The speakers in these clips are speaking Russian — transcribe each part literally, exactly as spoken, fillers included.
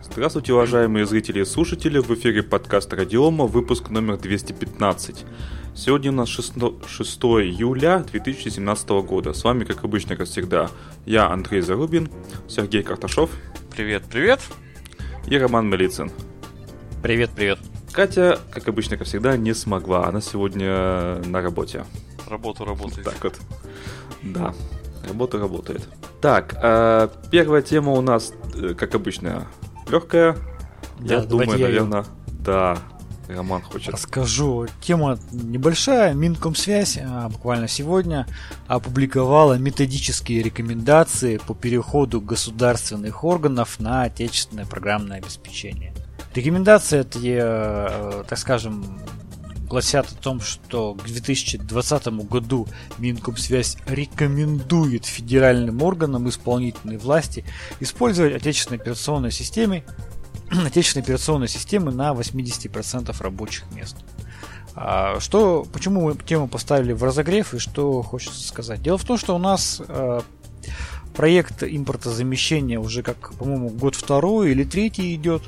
Здравствуйте, уважаемые зрители и слушатели, в эфире подкаст Радиома, выпуск номер двести пятнадцать. Сегодня у нас шестое июля две тысячи семнадцатого года. С вами, как обычно, как всегда, я, Андрей Зарубин, Сергей Карташов. Привет, привет. И Роман Малицын. Привет, привет. Катя, как обычно, как всегда, не смогла. Она сегодня на работе. Работа работает. Так вот. Да, работа работает. Так, э, первая тема у нас, как обычно, легкая. Да, я думаю, я наверное, ее... да, Роман хочет. Расскажу. Тема небольшая. Минкомсвязь а, буквально сегодня опубликовала методические рекомендации по переходу государственных органов на отечественное программное обеспечение. Рекомендации эти, так скажем, гласят о том, что к две тысячи двадцатому году Минкомсвязь рекомендует федеральным органам исполнительной власти использовать отечественные операционные системы, отечественные операционные системы на восемьдесят процентов рабочих мест. А что, почему мы тему поставили в разогрев и что хочется сказать? Дело в том, что у нас э, проект импортозамещения уже как, по-моему, год второй или третий идет.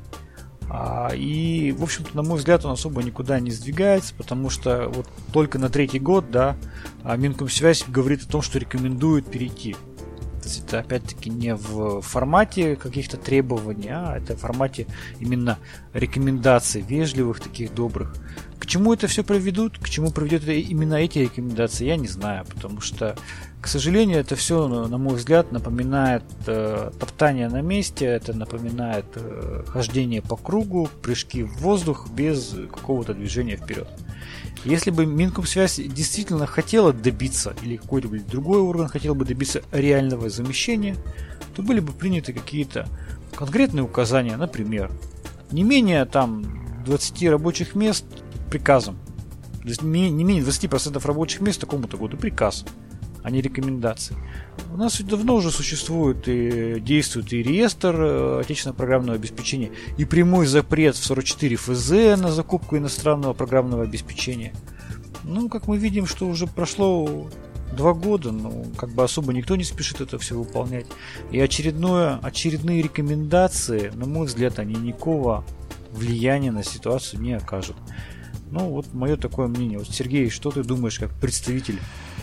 А, и, в общем-то, на мой взгляд, он особо никуда не сдвигается, потому что вот только на третий год, да, Минкомсвязь говорит о том, что рекомендует перейти. То есть это опять-таки не в формате каких-то требований, а это в формате именно рекомендаций, вежливых, таких добрых. К чему это все приведут, к чему приведет именно эти рекомендации, я не знаю, потому что, к сожалению, это все, на мой взгляд, напоминает э, топтание на месте, это напоминает э, хождение по кругу, прыжки в воздух без какого-то движения вперед. Если бы Минкомсвязь действительно хотела добиться, или какой-то другой орган хотел бы добиться реального замещения, то были бы приняты какие-то конкретные указания, например, не менее там двадцати рабочих мест приказом, не менее двадцати процентов рабочих мест такому-то году приказ, а не рекомендации. У нас давно уже существует и действует и реестр отечественного программного обеспечения, и прямой запрет в сорок четыре эф зэ на закупку иностранного программного обеспечения. Ну, как мы видим, что уже прошло два года, но как бы особо никто не спешит это все выполнять. И очередное, очередные рекомендации, на мой взгляд, они никакого влияния на ситуацию не окажут. Ну, вот мое такое мнение. Вот, Сергей, что ты думаешь как представитель?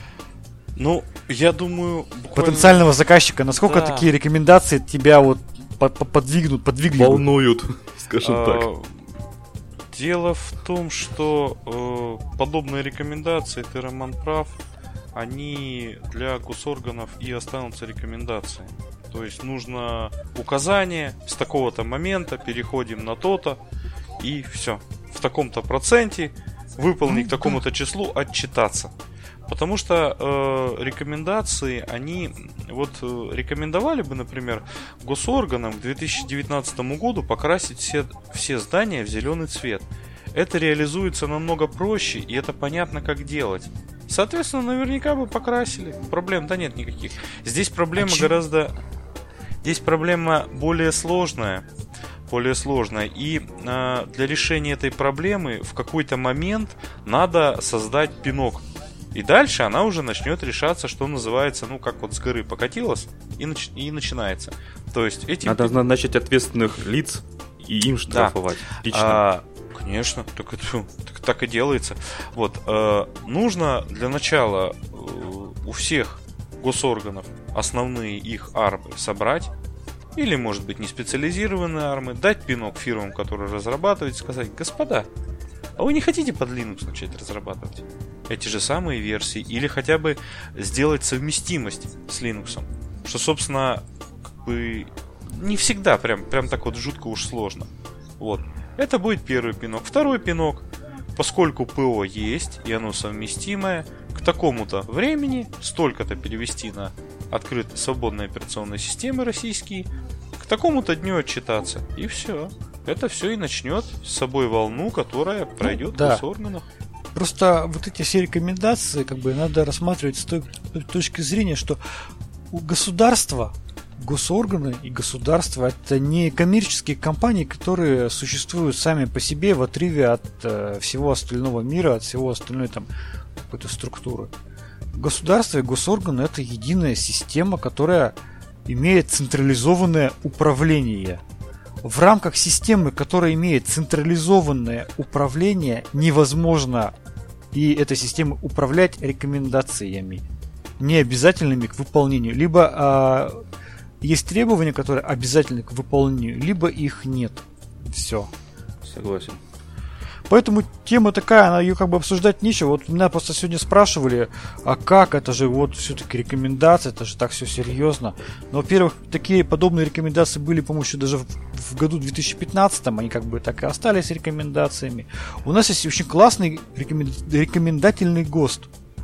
Ну, я думаю... Буквально... потенциального заказчика, насколько да. такие рекомендации тебя вот подвигнут, подвигли? Волнуют, скажем а, так. Дело в том, что э, подобные рекомендации, ты, Роман, прав, они для госорганов и останутся рекомендацией. То есть нужно указание с такого-то момента, переходим на то-то, и все. В таком-то проценте выполнить к такому-то числу, отчитаться. Потому что э, рекомендации, они вот э, рекомендовали бы, например, госорганам к две тысячи девятнадцатому году покрасить все, все здания в зеленый цвет. Это реализуется намного проще, и это понятно, как делать. Соответственно, наверняка бы покрасили. Проблем-то нет никаких. Здесь проблема а гораздо... Здесь проблема более сложная. Более сложная. И э, для решения этой проблемы в какой-то момент надо создать пинок. И дальше она уже начнет решаться, что называется, ну, как вот с горы покатилась, и, нач- и начинается. То есть эти... Надо назначить ответственных лиц и им штрафовать. Да. А, конечно, так, это, так, так и делается. Вот, э, нужно для начала э, у всех госорганов основные их армы собрать, или, может быть, не специализированные армы, дать пинок фирмам, которые разрабатывают, сказать: господа, а вы не хотите под Linux начать разрабатывать эти же самые версии? Или хотя бы сделать совместимость с Linux? Что, собственно, как бы не всегда прям, прям так вот жутко уж сложно. Вот. Это будет первый пинок. Второй пинок. Поскольку ПО есть, и оно совместимое, к такому-то времени столько-то перевести на открытые свободные операционные системы российские, к такому-то дню отчитаться. И все. Это все и начнет с собой волну, которая пройдет ну, да. в госорганах. Просто вот эти все рекомендации как бы надо рассматривать с той точки зрения, что у государства, госорганы и государства — это не коммерческие компании, которые существуют сами по себе в отрыве от э, всего остального мира, от всего остальной там какой-то структуры. Государство и госорганы — это единая система, которая имеет централизованное управление. в рамках системы, которая имеет централизованное управление, невозможно и этой системой управлять рекомендациями, не обязательными к выполнению. Либо а, есть требования, которые обязательны к выполнению, либо их нет. Все. Согласен. Поэтому тема такая, она ее как бы обсуждать нечего. Вот меня просто сегодня спрашивали, а как, это же вот все-таки рекомендации, это же так все серьезно. Но, во-первых, такие подобные рекомендации были, по-моему, еще даже в, в году две тысячи пятнадцатом, они как бы так и остались рекомендациями. У нас есть очень классный рекомен... рекомендательный ГОСТ.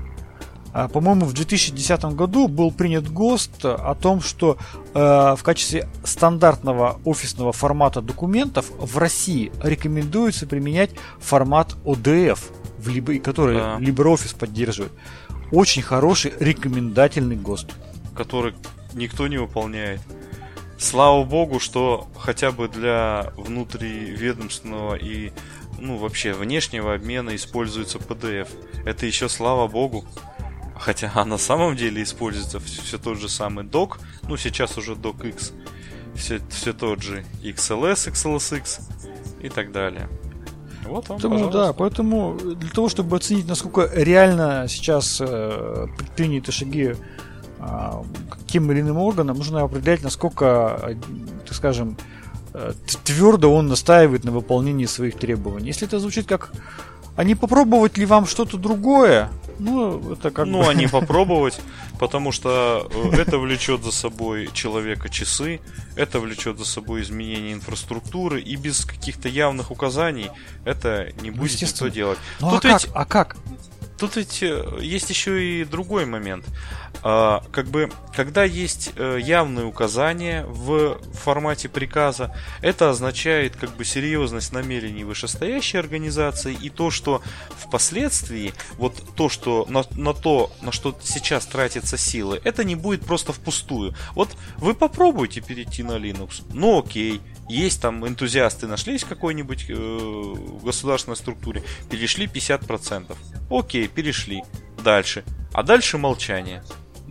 А, по-моему, в две тысячи десятом году был принят ГОСТ о том, что э, в качестве стандартного офисного формата документов в России рекомендуется применять формат о дэ эф, в либо, который да. LibreOffice поддерживает. Очень хороший рекомендательный ГОСТ. Который никто не выполняет. Слава богу, что хотя бы для внутриведомственного и ну, вообще внешнего обмена используется пи ди эф. Это еще слава богу. Хотя а на самом деле используется все, все тот же самый док, ну сейчас уже док-X, все, все тот же икс эл эс, икс эл эс икс и так далее. Вот он, поэтому, пожалуйста. Да, поэтому для того, чтобы оценить, насколько реально сейчас э, предприняты шаги э, тем или иным органам, нужно определять, насколько, э, так скажем, э, твердо он настаивает на выполнении своих требований. Если это звучит как «а не попробовать ли вам что-то другое?» Ну, это как ну, бы... а не попробовать, потому что это влечет за собой человека часы, это влечет за собой изменение инфраструктуры, и без каких-то явных указаний это не будет никто делать. Ну, Тут а ведь... как? А как? Тут ведь есть еще и другой момент. А, как бы, когда есть явные указания в формате приказа, это означает как бы серьезность намерений вышестоящей организации и то, что впоследствии вот то, что на, на то, на что сейчас тратятся силы, это не будет просто впустую. Вот вы попробуйте перейти на Linux, ну окей. Есть там энтузиасты, нашлись в какой-нибудь э, государственной структуре, перешли пятьдесят процентов. Окей, перешли. Дальше. А дальше молчание.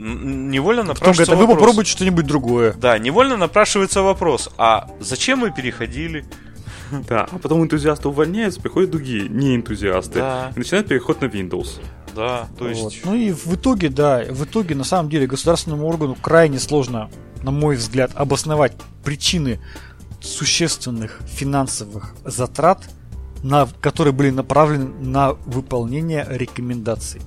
Н- невольно напрашивается вопрос. Вы вопрос. попробуйте что-нибудь другое. Да, невольно напрашивается вопрос. А зачем мы переходили? Да, а потом энтузиасты увольняются, приходят другие, не энтузиасты. Да. И начинают переход на Windows. Да, то есть... Вот. Ну и в итоге, да, в итоге на самом деле государственному органу крайне сложно, на мой взгляд, обосновать причины существенных финансовых затрат, на, которые были направлены на выполнение рекомендаций.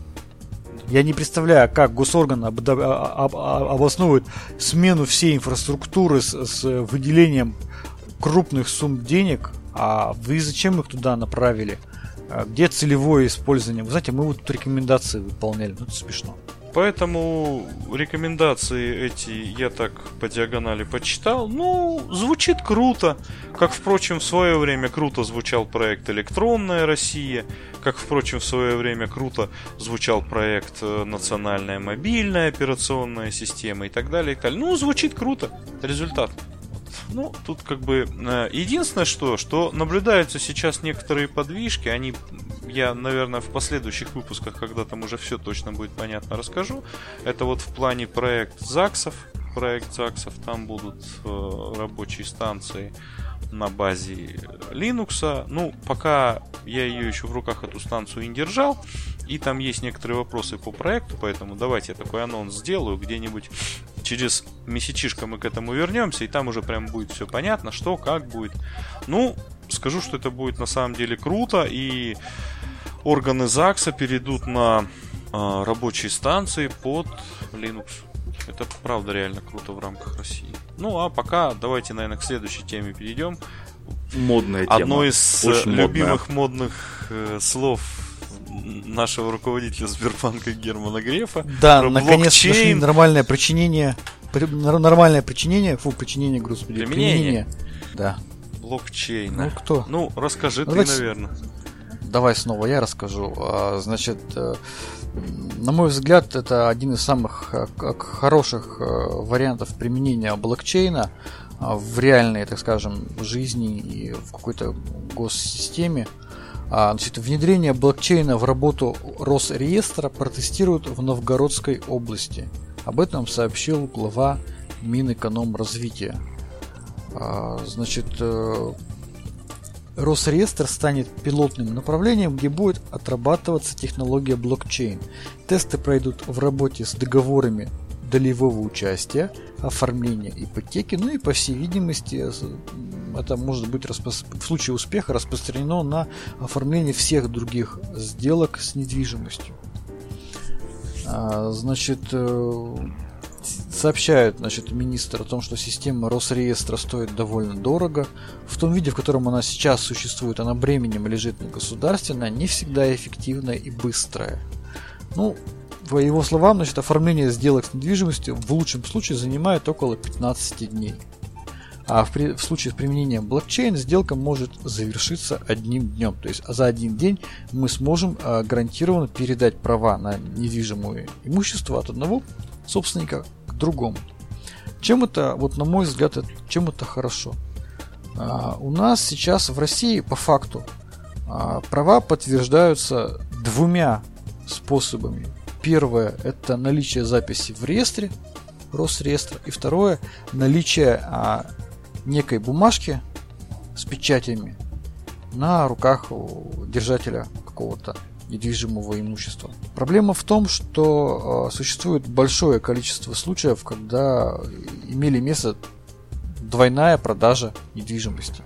Я не представляю, как госорган об, об, об, обосновывает смену всей инфраструктуры с, с выделением крупных сумм денег, а вы зачем их туда направили? Где целевое использование? Вы знаете, мы вот тут рекомендации выполняли, ну это смешно. Поэтому рекомендации эти я так по диагонали почитал. Ну, звучит круто. Как, впрочем, в свое время круто звучал проект «Электронная Россия». Как, впрочем, в свое время круто звучал проект «Национальная мобильная операционная система» и так далее, и так далее. Ну, звучит круто. Результат. Ну, тут как бы единственное, что, что наблюдаются сейчас некоторые подвижки, они, я, наверное, в последующих выпусках, когда там уже все точно будет понятно, расскажу. Это вот в плане проект ЗАГСов, проект ЗАГСов, там будут э, рабочие станции на базе Linux. Ну, пока я ее еще в руках, эту станцию, не держал, и там есть некоторые вопросы по проекту, поэтому давайте я такой анонс сделаю, где-нибудь через месячишко мы к этому вернемся, и там уже прям будет все понятно, что, как будет. Ну, скажу, что это будет на самом деле круто, и органы ЗАГСа перейдут на э, рабочие станции под Linux. Это правда реально круто в рамках России. Ну, а пока давайте, наверное, к следующей теме перейдем. Модная тема. Одно из очень любимых модная. модных э, слов нашего руководителя Сбербанка Германа Грефа. Да, наконец нашли нормальное причинение. Нормальное причинение. Фу, причинение, господи. Применение. Применение. Да. Блокчейна. Ну, кто? Ну, расскажи Давайте... ты, наверное. Давай снова я расскажу. Значит, на мой взгляд, это один из самых хороших вариантов применения блокчейна в реальной, так скажем, жизни и в какой-то госсистеме. Значит, внедрение блокчейна в работу Росреестра протестируют в Новгородской области. Об этом сообщил глава Минэкономразвития. Значит, Росреестр станет пилотным направлением, где будет отрабатываться технология блокчейн. Тесты пройдут в работе с договорами долевого участия, оформления ипотеки, ну и по всей видимости это может быть в случае успеха распространено на оформление всех других сделок с недвижимостью. Значит, сообщает, значит, министр о том, что система Росреестра стоит довольно дорого. В том виде, в котором она сейчас существует, она бременем лежит на государстве, она не всегда эффективная и быстрая. Ну, по его словам, значит, оформление сделок с недвижимостью в лучшем случае занимает около пятнадцать дней. А в, при, в случае с применением блокчейн сделка может завершиться одним днем. То есть за один день мы сможем а, гарантированно передать права на недвижимое имущество от одного собственника к другому. Чем это, вот на мой взгляд, чем это хорошо? А, у нас сейчас в России по факту а, права подтверждаются двумя способами. Первое – это наличие записи в реестре Росреестра. И второе – наличие а, некой бумажки с печатями на руках у держателя какого-то недвижимого имущества. Проблема в том, что э, существует большое количество случаев, когда имели место двойная продажа недвижимости.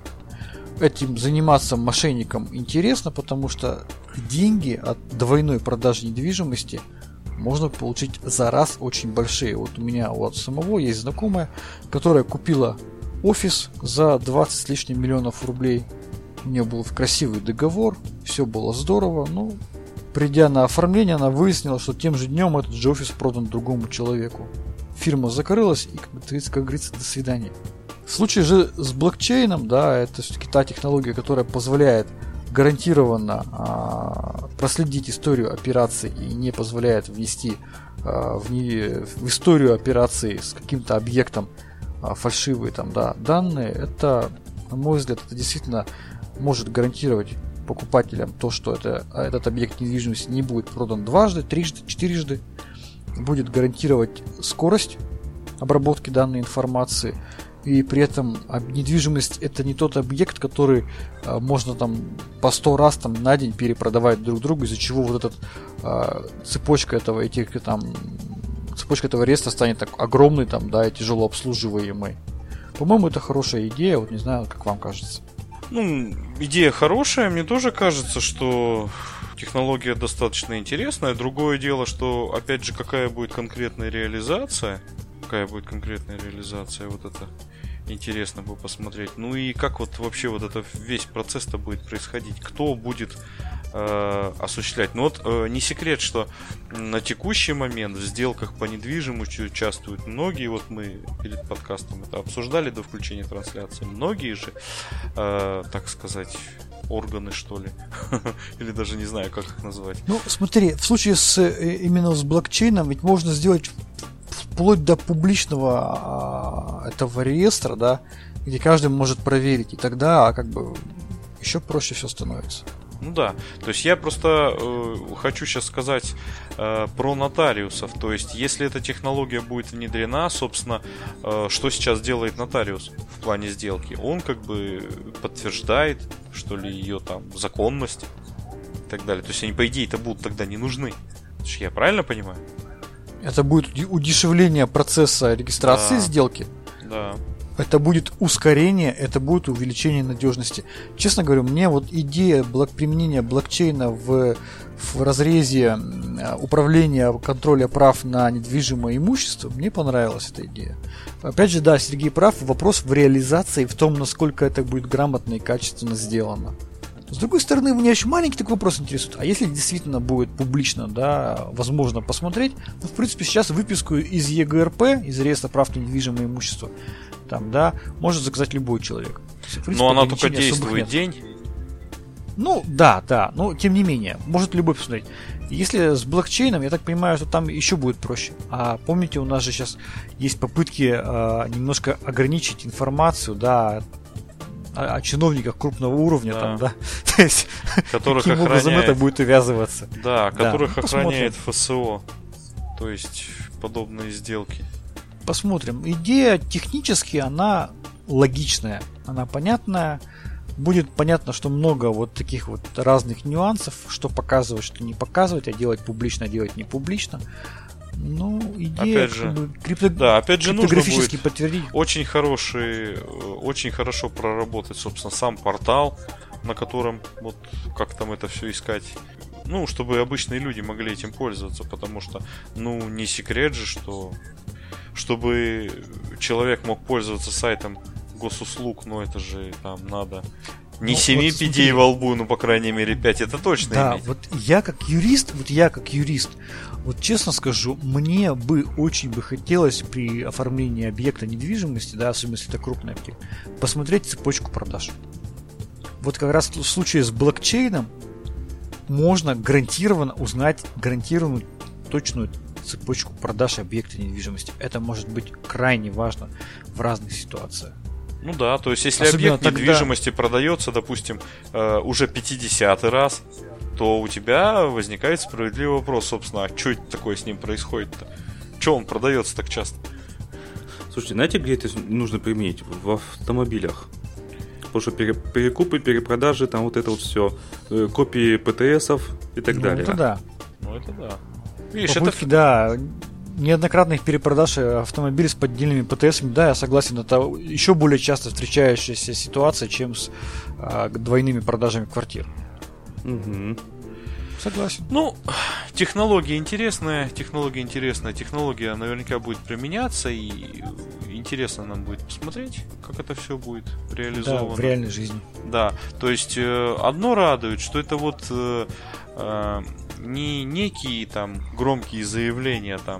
Этим заниматься мошенникам интересно, потому что деньги от двойной продажи недвижимости можно получить за раз очень большие. Вот у меня вот самого есть знакомая, которая купила офис за двадцать с лишним миллионов рублей. У нее был красивый договор, все было здорово, но придя на оформление, она выяснила, что тем же днем этот же офис продан другому человеку. Фирма закрылась и, как говорится, до свидания. В случае же с блокчейном, да, это все-таки та технология, которая позволяет гарантированно а, проследить историю операций и не позволяет внести а, в, не, в историю операции с каким-то объектом а, фальшивые там, да, данные. Это, на мой взгляд, это действительно может гарантировать покупателям то, что это, этот объект недвижимости не будет продан дважды, трижды, четырежды. Будет гарантировать скорость обработки данной информации. И при этом недвижимость это не тот объект, который а, можно там по сто раз там, на день перепродавать друг другу, из-за чего вот эта а, цепочка этого этих там цепочка этого реестра станет так огромной там, да, и тяжело обслуживаемой. По-моему, это хорошая идея, вот не знаю, как вам кажется. Ну, идея хорошая, мне тоже кажется, что технология достаточно интересная. Другое дело, что, опять же, какая будет конкретная реализация, какая будет конкретная реализация, вот это интересно бы посмотреть. Ну и как вот вообще вот это весь процесс-то будет происходить, кто будет э, осуществлять. Ну вот э, не секрет, что на текущий момент в сделках по недвижимости участвуют многие, вот мы перед подкастом это обсуждали до включения трансляции, многие же, э, так сказать, органы, что ли, или даже не знаю, как их назвать. Ну смотри, в случае с именно с блокчейном ведь можно сделать вплоть до публичного а, этого реестра, да, где каждый может проверить, и тогда как бы еще проще все становится. Ну да, то есть я просто э, хочу сейчас сказать э, про нотариусов. То есть если эта технология будет внедрена, собственно, э, что сейчас делает нотариус в плане сделки? Он как бы подтверждает, что ли, ее там законность и так далее. То есть они, по идее-то, будут тогда не нужны. Я правильно понимаю? Это будет удешевление процесса регистрации да. сделки. Да. Это будет ускорение, это будет увеличение надежности. Честно говоря, мне вот идея блок, применения блокчейна в, в разрезе управления контроля прав на недвижимое имущество, мне понравилась эта идея. Опять же, да, Сергей прав, вопрос в реализации, в том, насколько это будет грамотно и качественно сделано. С другой стороны, меня еще маленький такой вопрос интересует. А если действительно будет публично, да, возможно посмотреть, ну, в принципе, сейчас выписку из е гэ эр пэ, из реестра прав на недвижимое имущество, там, да, может заказать любой человек. Принципе, но она только действует день. Ну, да, да, но тем не менее, может любой посмотреть. Если с блокчейном, я так понимаю, что там еще будет проще. А помните, у нас же сейчас есть попытки э, немножко ограничить информацию, да, о, о чиновниках крупного уровня, да. Там, да, то есть, которых каким охраняет... образом это будет увязываться. Да, которых да. охраняет эф эс о, то есть подобные сделки. Посмотрим. Идея технически, она логичная, она понятная. Будет понятно, что много вот таких вот разных нюансов, что показывать, что не показывать, а делать публично, а делать не публично. Ну, идея, опять же, как бы, крипто... да, опять же криптографически подтвердить. Очень хороший, очень хорошо проработать, собственно, сам портал, на котором вот как там это все искать. Ну, чтобы обычные люди могли этим пользоваться, потому что, ну, не секрет же, что чтобы человек мог пользоваться сайтом госуслуг, но это же там надо не ну, семи вот пидей во лбу, ну, по крайней мере, пять, это точно да, иметь. вот я как юрист, вот я как юрист, вот честно скажу, мне бы очень бы хотелось при оформлении объекта недвижимости, да, особенно если это крупный объект, посмотреть цепочку продаж. Вот как раз в случае с блокчейном можно гарантированно узнать гарантированную точную цепочку продаж объекта недвижимости. Это может быть крайне важно в разных ситуациях. Ну да, то есть если особенно объект тогда... недвижимости продается, допустим, э, уже пятидесятый раз, то у тебя возникает справедливый вопрос, собственно, а что это такое с ним происходит-то? Чего он продается так часто? Слушайте, знаете, где это нужно применить? В автомобилях. Потому что перекупы, перепродажи, там вот это вот все, копии ПТСов и так ну, далее. Это да. Ну это да. Видишь, Попытки, это... да, неоднократных перепродаж автомобилей с поддельными ПТСами, да, я согласен, это еще более часто встречающаяся ситуация, чем с а, двойными продажами квартир. Угу. Согласен. Ну, технология интересная, технология интересная, технология наверняка будет применяться, и интересно нам будет посмотреть, как это все будет реализовано. Да, в реальной жизни. Да, то есть э, одно радует, что это вот э, э, не некие там громкие заявления, там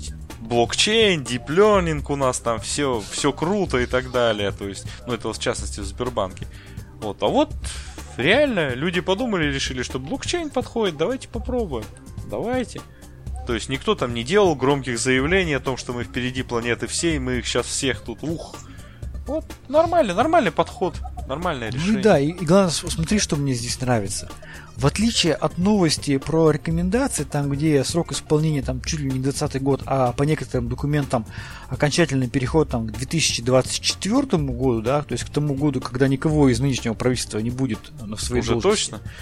блокчейн, deep learning у нас там все, все круто и так далее, то есть, ну это вот в частности в Сбербанке. Вот, а вот реально люди подумали и решили, что блокчейн подходит, давайте попробуем, давайте. То есть никто там не делал громких заявлений о том, что мы впереди планеты всей, мы их сейчас всех тут, ух. Вот, нормальный, нормальный подход, нормальное решение. Ну да, и, и главное, смотри, что мне здесь нравится. В отличие от новости про рекомендации, там, где срок исполнения там чуть ли не двадцатый год, а по некоторым документам окончательный переход там, к две тысячи двадцать четвёртому году, да, то есть к тому году, когда никого из нынешнего правительства не будет в своей уже должности. Точно?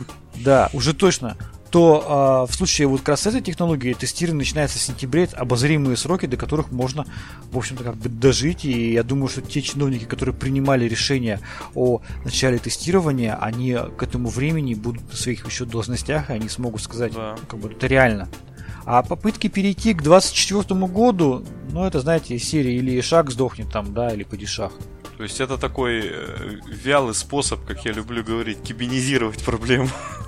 Да, уже точно. То а, в случае вот как раз этой технологии тестирование начинается в сентябре, обозримые сроки, до которых можно, в общем-то, как бы дожить. И я думаю, что те чиновники, которые принимали решение о начале тестирования, они к этому времени будут на своих еще должностях, и они смогут сказать, да. как бы это реально. А попытки перейти к двадцать четвёртому году, ну это, знаете, из серии или шаг сдохнет там, да, или падишах. То есть это такой э, вялый способ, как я люблю говорить, кибинизировать проблему.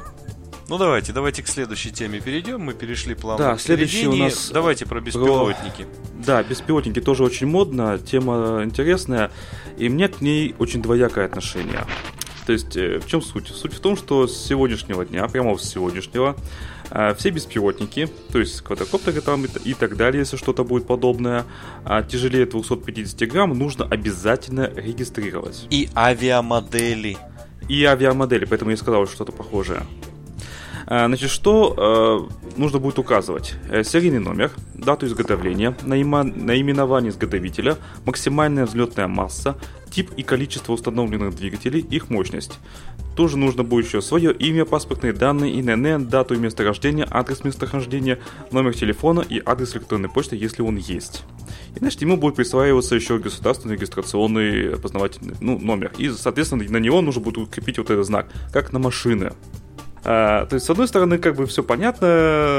Ну давайте, давайте к следующей теме перейдем. Мы перешли плавно да, к следующий у нас давайте про беспилотники. Про... Да, беспилотники тоже очень модно, тема интересная, и мне к ней очень двоякое отношение. То есть, в чем суть? Суть в том, что с сегодняшнего дня, прямо с сегодняшнего, все беспилотники, то есть квадрокоптеры там и так далее, если что-то будет подобное, тяжелее двести пятьдесят грамм, нужно обязательно регистрировать. И авиамодели. И авиамодели, поэтому я сказал что-то похожее. Значит, что э, нужно будет указывать? Серийный номер, дату изготовления, наима, наименование изготовителя, максимальная взлетная масса, тип и количество установленных двигателей, их мощность. Тоже нужно будет еще свое имя, паспортные данные, эн эн эн, дату и место рождения, адрес местонахождения, номер телефона и адрес электронной почты, если он есть. И, значит, ему будет присваиваться еще государственный регистрационный опознавательный ну, номер. И, соответственно, на него нужно будет укрепить вот этот знак, как на машины. А, то есть, с одной стороны, как бы все понятно,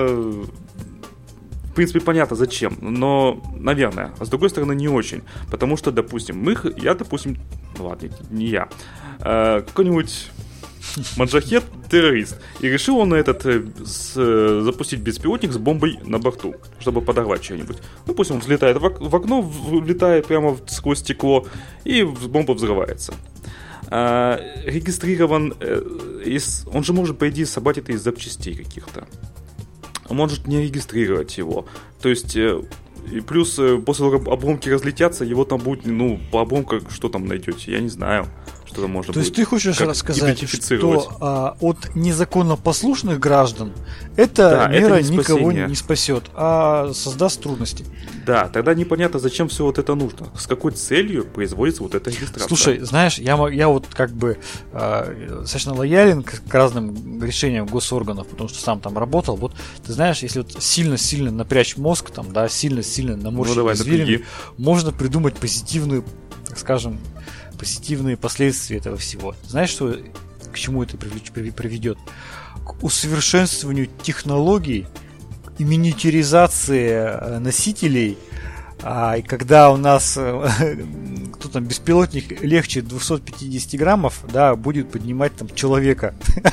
в принципе, понятно зачем, но, наверное, а с другой стороны, не очень, потому что, допустим, мы, я, допустим, ну ладно, не я, а, какой-нибудь маджахет, террорист, и решил он этот с, запустить беспилотник с бомбой на борту, чтобы подорвать что-нибудь. Ну, пусть он взлетает в окно, влетает прямо сквозь стекло, и бомба взрывается. А, регистрирован, он же может, по идее, собрать это из запчастей каких-то. Он может не регистрировать его. То есть, и плюс, после того, как обломки разлетятся, его там будет, ну, по обломкам что там найдете, я не знаю. Что которое можно То будет... есть ты хочешь рассказать, что а, от незаконнопослушных граждан эта да, мера это не никого не спасет, а создаст трудности. Да, тогда непонятно, зачем все вот это нужно. С какой целью производится вот эта регистрация. Слушай, знаешь, я, я вот как бы э, достаточно лоялен к, к разным решениям госорганов, потому что сам там работал. Вот ты знаешь, если вот сильно-сильно напрячь мозг, там, да, сильно-сильно наморщить ну, извилины, можно придумать позитивную, так скажем, позитивные последствия этого всего. Знаешь, что, к чему это приведет? К усовершенствованию технологий и миниатюризации носителей. А, и когда у нас кто там, беспилотник легче двести пятьдесят граммов, да, будет поднимать там человека.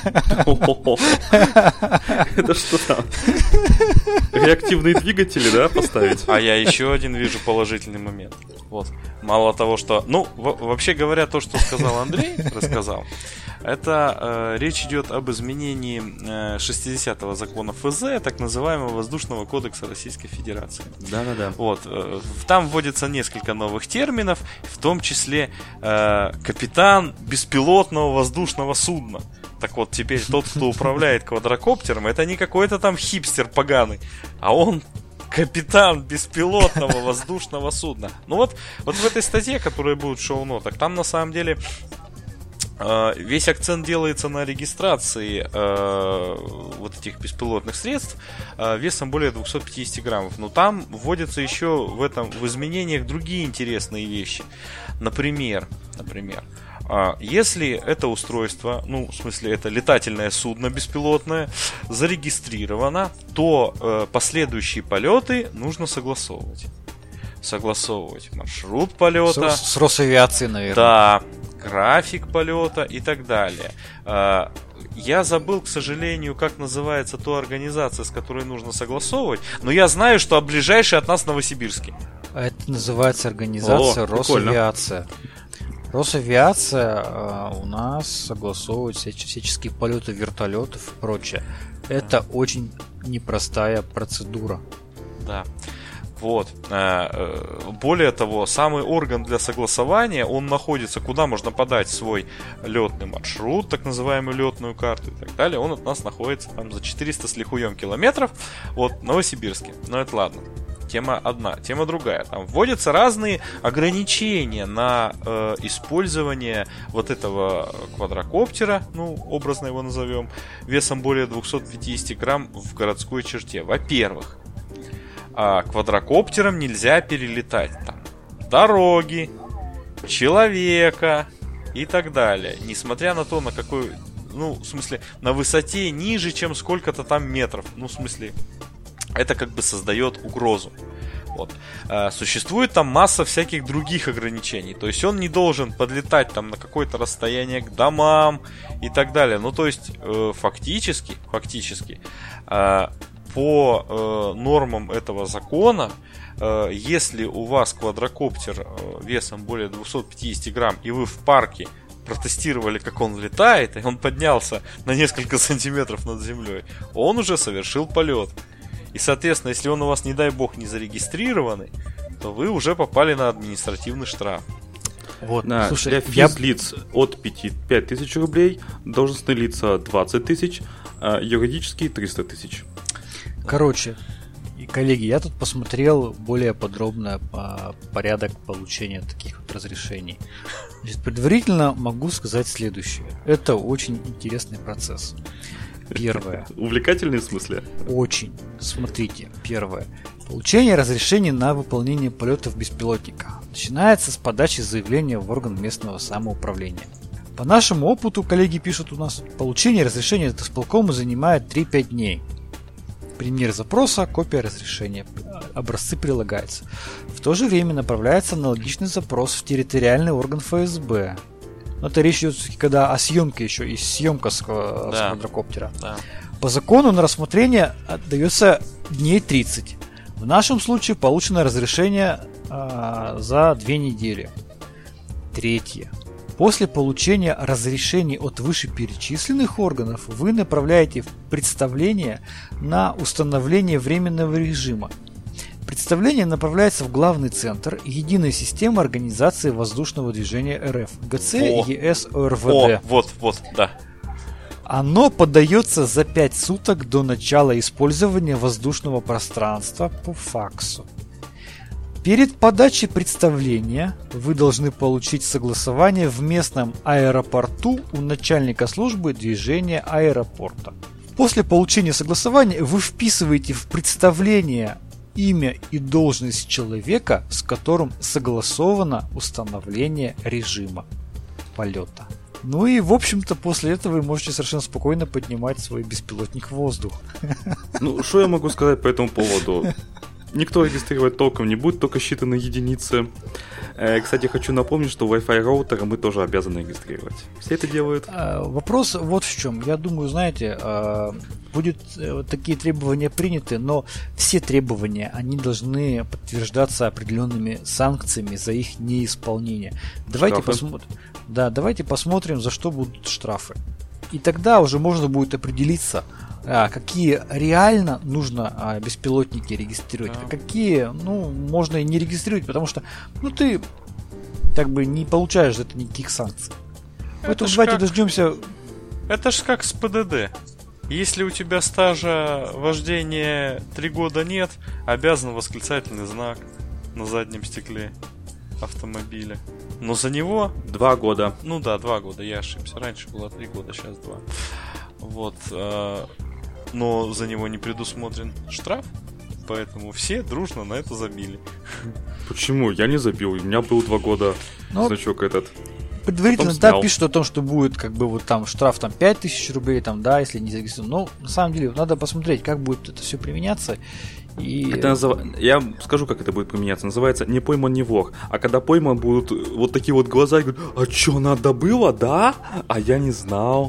Это что там? Реактивные двигатели, да, поставить? А я еще один вижу положительный момент. Вот. Мало того, что... Ну, вообще говоря, то, что сказал Андрей, рассказал, это э, речь идет об изменении э, шестидесятого закона эф зэ, так называемого Воздушного кодекса Российской Федерации. Да-да-да. Вот, э, там вводится несколько новых терминов, в том числе э, капитан беспилотного воздушного судна. Так вот, теперь тот, кто управляет квадрокоптером, это не какой-то там хипстер поганый, а он капитан беспилотного воздушного судна. Ну вот, вот в этой статье, которая будет в шоу-нотах, там на самом деле... весь акцент делается на регистрации э, вот этих беспилотных средств э, весом более двести пятьдесят граммов. Но там вводятся еще в этом в изменениях другие интересные вещи. Например, например, э, если это устройство, ну, в смысле, это летательное судно беспилотное, зарегистрировано, то э, последующие полеты нужно согласовывать. Согласовывать маршрут полета. С, с Росавиацией, наверное. Да. График полета и так далее. Я забыл, к сожалению, как называется та организация, с которой нужно согласовывать, но я знаю, что ближайший от нас в Новосибирске. Это называется организация О, Росавиация. Росавиация э, у нас согласовывает всяческие полеты вертолетов и прочее. Это очень непростая процедура. Да. Вот. Более того, самый орган для согласования, он находится, куда можно подать свой летный маршрут, так называемую летную карту и так далее. Он от нас находится там за четыреста с лихуем километров, вот, в Новосибирске. Но это ладно. Тема одна, тема другая. Там вводятся разные ограничения на э, использование вот этого квадрокоптера, ну, образно его назовем, весом более двести пятьдесят грамм в городской черте. Во-первых, а квадрокоптером нельзя перелетать там дороги, человека и так далее. Несмотря на то, на какой, ну, в смысле, на высоте ниже, чем сколько-то там метров. Ну, в смысле, это как бы создает угрозу. Вот. А, существует там масса всяких других ограничений. То есть он не должен подлетать там на какое-то расстояние к домам и так далее. Ну, то есть, э, фактически, фактически, э, по э, нормам этого закона, э, если у вас квадрокоптер э, весом более двести пятьдесят грамм, и вы в парке протестировали, как он летает, и он поднялся на несколько сантиметров над землей, он уже совершил полет. И, соответственно, если он у вас, не дай бог, не зарегистрированный, то вы уже попали на административный штраф. Вот, да, слушай, для физлиц я... от пять тысяч рублей, должностные лица двадцать тысяч, а юридические триста тысяч. Короче, коллеги, я тут посмотрел более подробно по порядок получения таких вот разрешений. Значит, предварительно могу сказать следующее. Это очень интересный процесс. Первое. Увлекательный в смысле? Очень. Смотрите, первое. Получение разрешения на выполнение полетов беспилотника начинается с подачи заявления в орган местного самоуправления. По нашему опыту, коллеги пишут у нас, получение разрешения от исполкома занимает три-пять дней. Пример запроса, копия разрешения, образцы прилагаются. В то же время направляется аналогичный запрос в территориальный орган эф эс бэ. Но это речь идет все-таки когда о съемке еще, и съемка с, да. с квадрокоптера. Да. По закону на рассмотрение отдается дней тридцать. В нашем случае получено разрешение э, за две недели. Третье. После получения разрешений от вышеперечисленных органов вы направляете представление на установление временного режима. Представление направляется в главный центр единой системы организации воздушного движения РФ ГЦ ЕС ОРВД. О, вот, вот, да. Оно подается за пять суток до начала использования воздушного пространства по факсу. Перед подачей представления вы должны получить согласование в местном аэропорту у начальника службы движения аэропорта. После получения согласования вы вписываете в представление имя и должность человека, с которым согласовано установление режима полета. Ну и, в общем-то, после этого вы можете совершенно спокойно поднимать свой беспилотник в воздух. Ну, что я могу сказать по этому поводу? Никто регистрировать толком не будет, только считанные единицы. Э, кстати, хочу напомнить, что Wi-Fi роутеры мы тоже обязаны регистрировать. Все это делают. А, вопрос вот в чем. Я думаю, знаете, а, будут а, такие требования приняты, но все требования, они должны подтверждаться определенными санкциями за их неисполнение. Давайте посмотрим. Да, давайте посмотрим, за что будут штрафы. И тогда уже можно будет определиться, а, какие реально нужно а, беспилотники регистрировать, а какие, ну, можно и не регистрировать, потому что, ну, ты как бы не получаешь за это никаких санкций. Это Поэтому давайте как... дождемся. Это ж как с ПДД. Если у тебя стажа вождения три года нет, обязан восклицательный знак на заднем стекле автомобиля. Но за него... Два года. Ну да, два года, я ошибся. Раньше было три года, сейчас два. Вот. Э, но за него не предусмотрен штраф, поэтому все дружно на это забили. Почему? Я не забил. У меня был два года но значок этот. Предварительно, да, пишут о том, что будет как бы вот там штраф там пять тысяч рублей, там, да, если не зарегистрирован. Но на самом деле надо посмотреть, как будет это все применяться. И... Это назов... Я скажу, как это будет применяться. Называется «не пойман, не вор». А когда пойман, будут вот такие вот глаза и говорят: а что, надо было, да? А я не знал.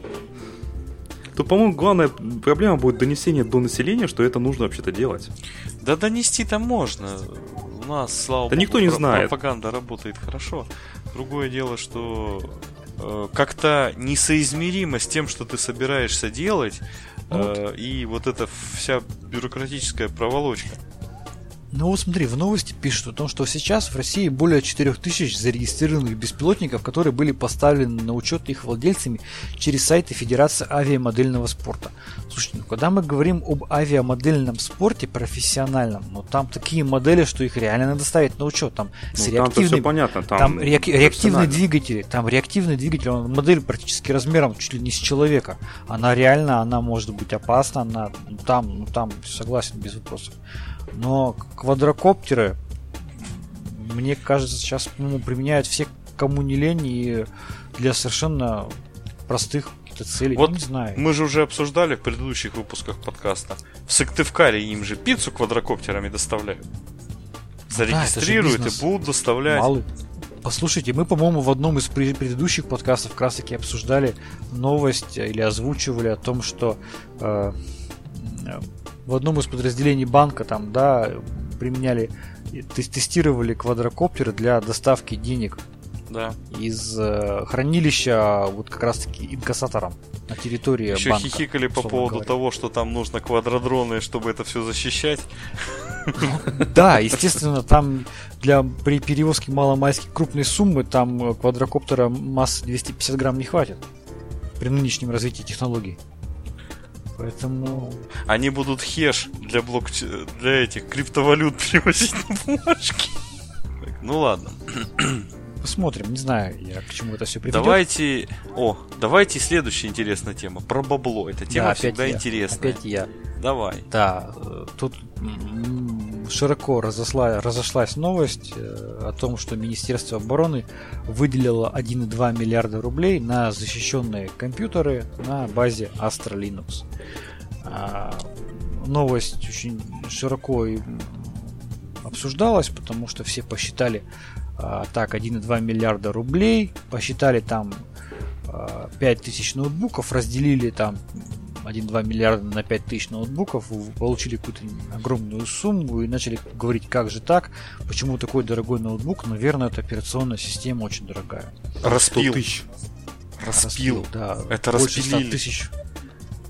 То, по-моему, главная проблема будет донесение до населения, что это нужно вообще-то делать. Да донести-то можно. У нас, слава да богу, никто не про- знает. пропаганда работает хорошо. Другое дело, что э, как-то несоизмеримо с тем, что ты собираешься делать, э, и вот эта вся бюрократическая проволочка. Ну вот смотри, в новости пишут о том, что сейчас в России более четыре тысячи зарегистрированных беспилотников, которые были поставлены на учет их владельцами через сайты Федерации авиамодельного спорта. Слушайте, ну когда мы говорим об авиамодельном спорте профессиональном, ну там такие модели, что их реально надо ставить на учет. Там, ну, с реактивным, понятно, там, там реак, реактивные двигатели, там реактивный двигатель, он, модель практически размером чуть ли не с человека. Она реально, она может быть опасна, она ну, там, ну там согласен, без вопросов. Но квадрокоптеры, мне кажется, сейчас, по-моему, применяют все, кому не лень, и для совершенно простых каких-то целей. Вот не знаю. Мы же уже обсуждали в предыдущих выпусках подкаста. В Сыктывкаре им же пиццу квадрокоптерами доставляют. Зарегистрируют да, и будут доставлять. Малый. Послушайте, мы, по-моему, в одном из предыдущих подкастов как раз таки обсуждали новость или озвучивали о том, что э, в одном из подразделений банка там, да, применяли, тестировали квадрокоптеры для доставки денег да. из э, хранилища вот как раз таки инкассатором на территории Еще банка. Еще хихикали по поводу говоря. того, что там нужно квадродроны, чтобы это все защищать. Да, естественно, там для при перевозке маломальски крупной суммы там квадрокоптера массы двести пятьдесят грамм не хватит при нынешнем развитии технологий. Поэтому... Они будут хеш для блок... для этих криптовалют привозить на бумажке. Так, ну ладно. Посмотрим, не знаю, я к чему это все приведет. Давайте... О, давайте следующая интересная тема. Про бабло. Эта тема да, всегда я. интересная. Опять я. Давай. Да, тут широко разошла, разошлась новость о том, что Министерство обороны выделило один и два миллиарда рублей на защищенные компьютеры на базе Astra Linux. Новость очень широко обсуждалась, потому что все посчитали так один и два миллиарда рублей, посчитали там пять тысяч ноутбуков, разделили там один и два миллиарда на пять тысяч ноутбуков, получили какую-то огромную сумму и начали говорить, как же так, почему такой дорогой ноутбук, наверное, это операционная система очень дорогая. Распил. сто тысяч. Распил. Да, это больше ста распилили. тысяч.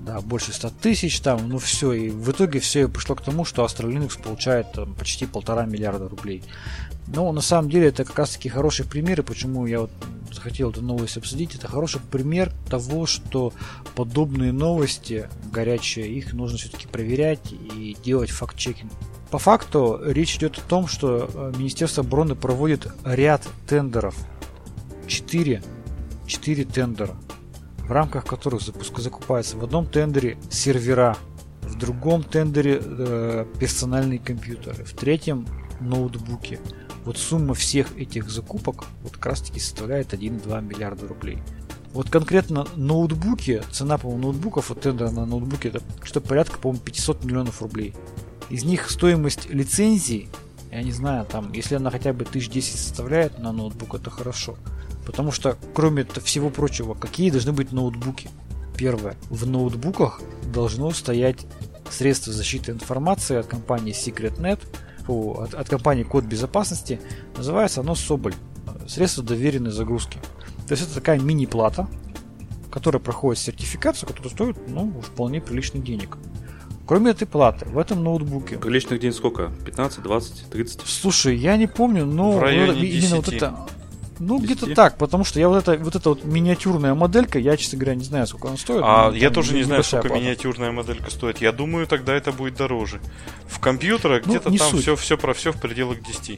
Да, больше ста тысяч там, ну все, и в итоге все пришло к тому, что Astra Linux получает там, почти полтора миллиарда рублей. Но на самом деле это как раз таки хороший пример, и почему я вот захотел эту новость обсудить. Это хороший пример того, что подобные новости горячие, их нужно все-таки проверять и делать факт-чекинг. По факту речь идет о том, что Министерство обороны проводит ряд тендеров. Четыре, четыре тендера, в рамках которых запуск закупается в одном тендере сервера, в другом тендере э, персональные компьютеры, в третьем ноутбуки. Вот сумма всех этих закупок вот как раз таки составляет один и два миллиарда рублей. Вот конкретно ноутбуки, цена, по-моему, ноутбуков, вот тендер на ноутбуке, это что-то порядка, по-моему, пятьсот миллионов рублей. Из них стоимость лицензии, я не знаю, там, если она хотя бы тысяч десять составляет на ноутбук, это хорошо. Потому что, кроме всего прочего, какие должны быть ноутбуки? Первое. В ноутбуках должно стоять средство защиты информации от компании SecretNet, от, от компании Код безопасности. Называется оно Соболь. Средство доверенной загрузки. То есть это такая мини-плата, которая проходит сертификацию, которая стоит, ну, вполне приличных денег. Кроме этой платы, в этом ноутбуке... Приличных денег сколько? пятнадцать, двадцать, тридцать? Слушай, я не помню, но... В районе вот, именно вот это... Ну, десять? где-то так, потому что я вот эта вот, эта вот миниатюрная моделька, я, честно говоря, не знаю, сколько она стоит. А но, я там, тоже не знаю, сколько плата. миниатюрная моделька стоит. Я думаю, тогда это будет дороже. В компьютерах Ну, где-то не там суть. все, все про все в пределах десяти.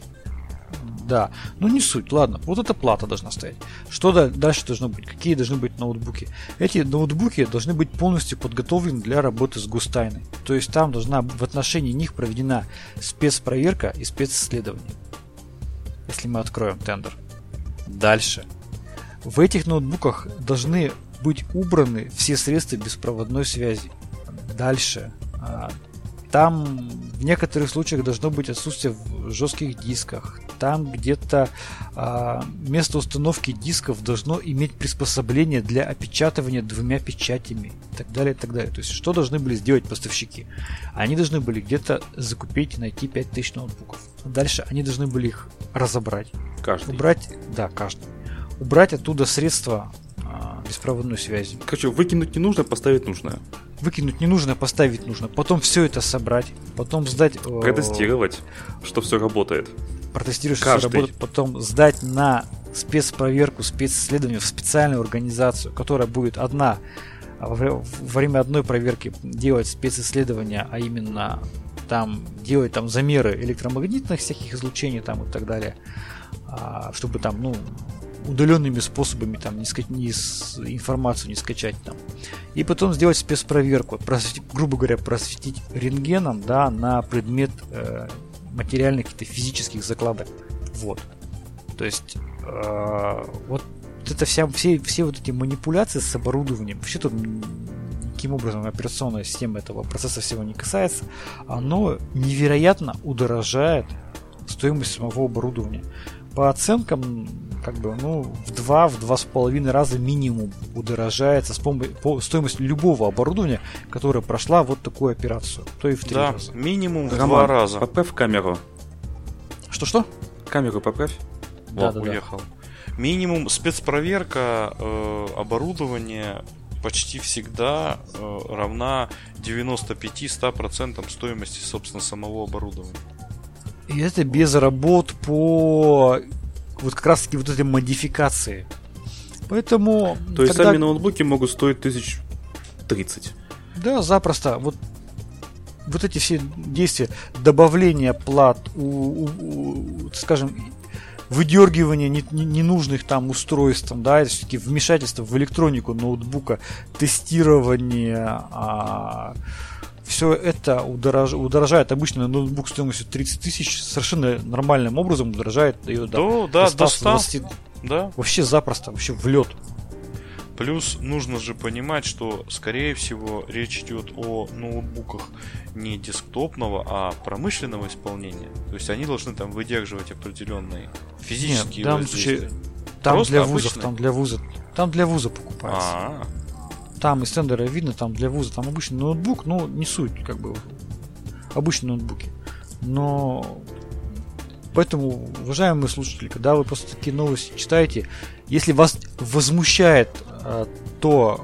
Да, ну не суть, ладно, вот эта плата должна стоять. Что да- дальше должно быть? Какие должны быть ноутбуки? Эти ноутбуки должны быть полностью подготовлены для работы с гостайной. То есть там должна в отношении них проведена спецпроверка и специсследование. Если мы откроем тендер. Дальше. В этих ноутбуках должны быть убраны все средства беспроводной связи. Дальше. Там в некоторых случаях должно быть отсутствие в жестких дисках. Там где-то а, место установки дисков должно иметь приспособление для опечатывания двумя печатями и так далее, и так далее. То есть что должны были сделать поставщики? Они должны были где-то закупить и найти пять тысяч ноутбуков. Дальше они должны были их разобрать. Каждый. Убрать, да, каждый. Убрать оттуда средства а, беспроводной связи. Короче, выкинуть не нужно, поставить нужно. Выкинуть не нужно, поставить нужно. Потом все это собрать. Потом сдать... э, Протестировать, что все работает. Протестировать, что все Каждый. работает. Потом сдать на спецпроверку, специсследование в специальную организацию, которая будет одна во вре- во время одной проверки делать специсследования, а именно там делать там замеры электромагнитных всяких излучений там и так далее, а, чтобы там, ну, удаленными способами там не, ска- не с- информацию не скачать там. И потом сделать спецпроверку, просветить, грубо говоря, просветить рентгеном, да, на предмет э, материальных каких-то физических закладок. Вот. То есть э, вот это вся, все, все вот эти манипуляции с оборудованием, вообще тут никаким образом операционная система этого процесса всего не касается, оно невероятно удорожает стоимость самого оборудования. По оценкам, как бы, ну, в два, в два с половиной раза минимум удорожается с пом- по стоимость любого оборудования, которое прошла вот такую операцию. То и в три Да, раза. минимум в Роман, два раза. поправь камеру. Что-что? Камеру поправь. Да, О, да, да. уехал. Минимум спецпроверка э, оборудования почти всегда э, равна девяносто пять-сто процентов стоимости, собственно, самого оборудования. И это без работ по вот как раз таки вот этой модификации. Поэтому... То есть когда- сами ноутбуки могут стоить тысяч тридцать. Да, запросто. Вот, вот эти все действия, добавление плат, у, у- у- скажем, выдергивание не- не- ненужных там устройств, там, да, это все-таки вмешательство в электронику ноутбука, тестирование, а, все это удорож, удорожает обычно ноутбук стоимостью тридцать тысяч, совершенно нормальным образом удорожает ее до, Да, да, до до ста ста. двадцати. Да. Вообще запросто, вообще в лед. Плюс нужно же понимать, что, скорее всего, речь идет о ноутбуках не десктопного, а промышленного исполнения. То есть они должны там выдерживать определенные физические Нет, в данном воздействия. случае там Просто для вузов, обычный? там для вуза, там для вуза покупается. А, Там из тендера видно, там для вуза, там обычный ноутбук, ну не суть, как бы обычные ноутбуки. Но поэтому, уважаемые слушатели, когда вы просто такие новости читаете, если вас возмущает э, то, о чем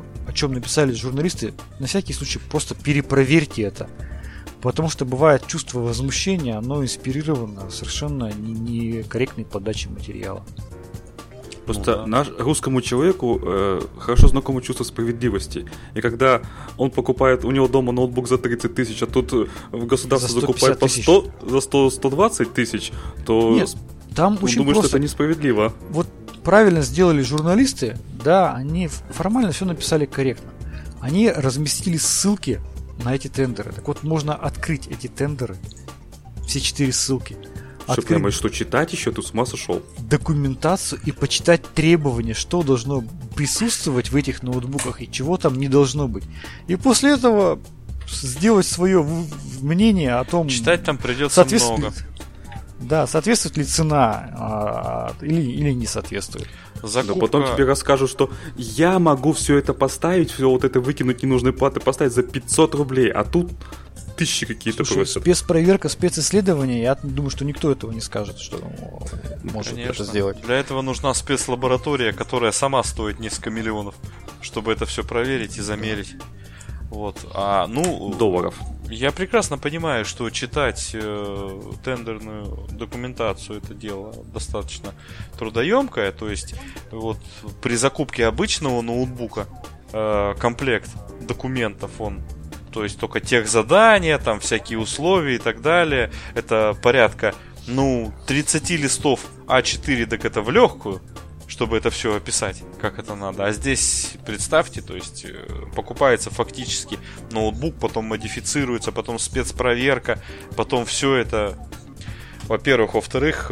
чем написали журналисты, на всякий случай просто перепроверьте это. Потому что бывает чувство возмущения, оно инспирировано совершенно некорректной подачей материала. Просто ну, да. наш, русскому человеку э, хорошо знакомо чувство справедливости. И когда он покупает, у него дома ноутбук за тридцать тысяч, а тут в государство закупает по сто, за сто сто двадцать тысяч, то Нет, там он очень думает, просто. что это несправедливо. Вот правильно сделали журналисты, да, они формально все написали корректно. Они разместили ссылки на эти тендеры. Так вот, можно открыть эти тендеры, все четыре ссылки. Что, прямо что читать еще, тут с ума сошел. Документацию и почитать требования, что должно присутствовать в этих ноутбуках и чего там не должно быть. И после этого сделать свое мнение о том... Читать там придется много. Да, соответствует ли цена а, или, или не соответствует. Закупка... Но потом тебе расскажут, что я могу все это поставить, все вот это выкинуть ненужные платы, поставить за пятьсот рублей, а тут... Тысячи какие-то просят. Спецпроверка, специсследование, я думаю, что никто этого не скажет, что может Конечно. это сделать. Для этого нужна спецлаборатория, которая сама стоит несколько миллионов, чтобы это все проверить и замерить. Вот. А, ну, долларов. Я прекрасно понимаю, что читать э, тендерную документацию это дело достаточно трудоемкое. То есть, вот при закупке обычного ноутбука э, комплект документов он. То есть только техзадания, там всякие условия и так далее. Это порядка, ну, тридцать листов а четыре, так это в легкую, чтобы это все описать, как это надо. А здесь, представьте, то есть покупается фактически ноутбук, потом модифицируется, потом спецпроверка, потом все это... Во-первых. Во-вторых,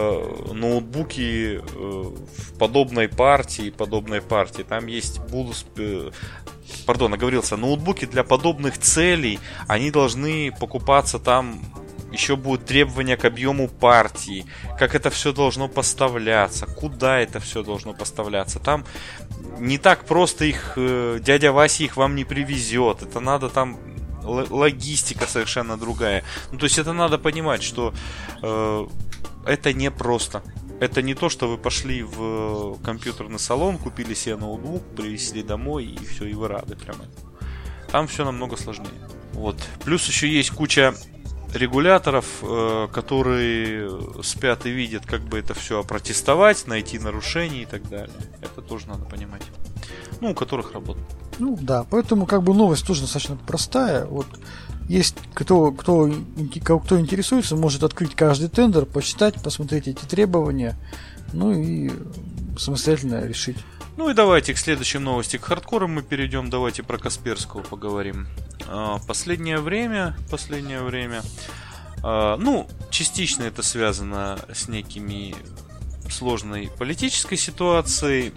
ноутбуки в подобной партии, подобной партии, там есть будут... Пардон, оговорился, ноутбуки для подобных целей, они должны покупаться там, еще будут требования к объему партии, как это все должно поставляться, куда это все должно поставляться. Там не так просто их, дядя Вася их вам не привезет, это надо там, логистика совершенно другая. Ну, то есть это надо понимать, что э, это не просто. Это не то, что вы пошли в компьютерный салон, купили себе ноутбук, привезли домой и все, и вы рады прямо. Там все намного сложнее. Вот. Плюс еще есть куча регуляторов, э, которые спят и видят, как бы это все опротестовать, найти нарушения и так далее. Это тоже надо понимать. Ну, у которых работает. Ну да, поэтому как бы новость тоже достаточно простая. Вот есть кто, кто, кто интересуется, может открыть каждый тендер, почитать, посмотреть эти требования, ну и самостоятельно решить. Ну и давайте к следующей новости, к хардкору мы перейдем, давайте про Касперского поговорим. Последнее время, последнее время, ну, частично это связано с некими сложной политической ситуацией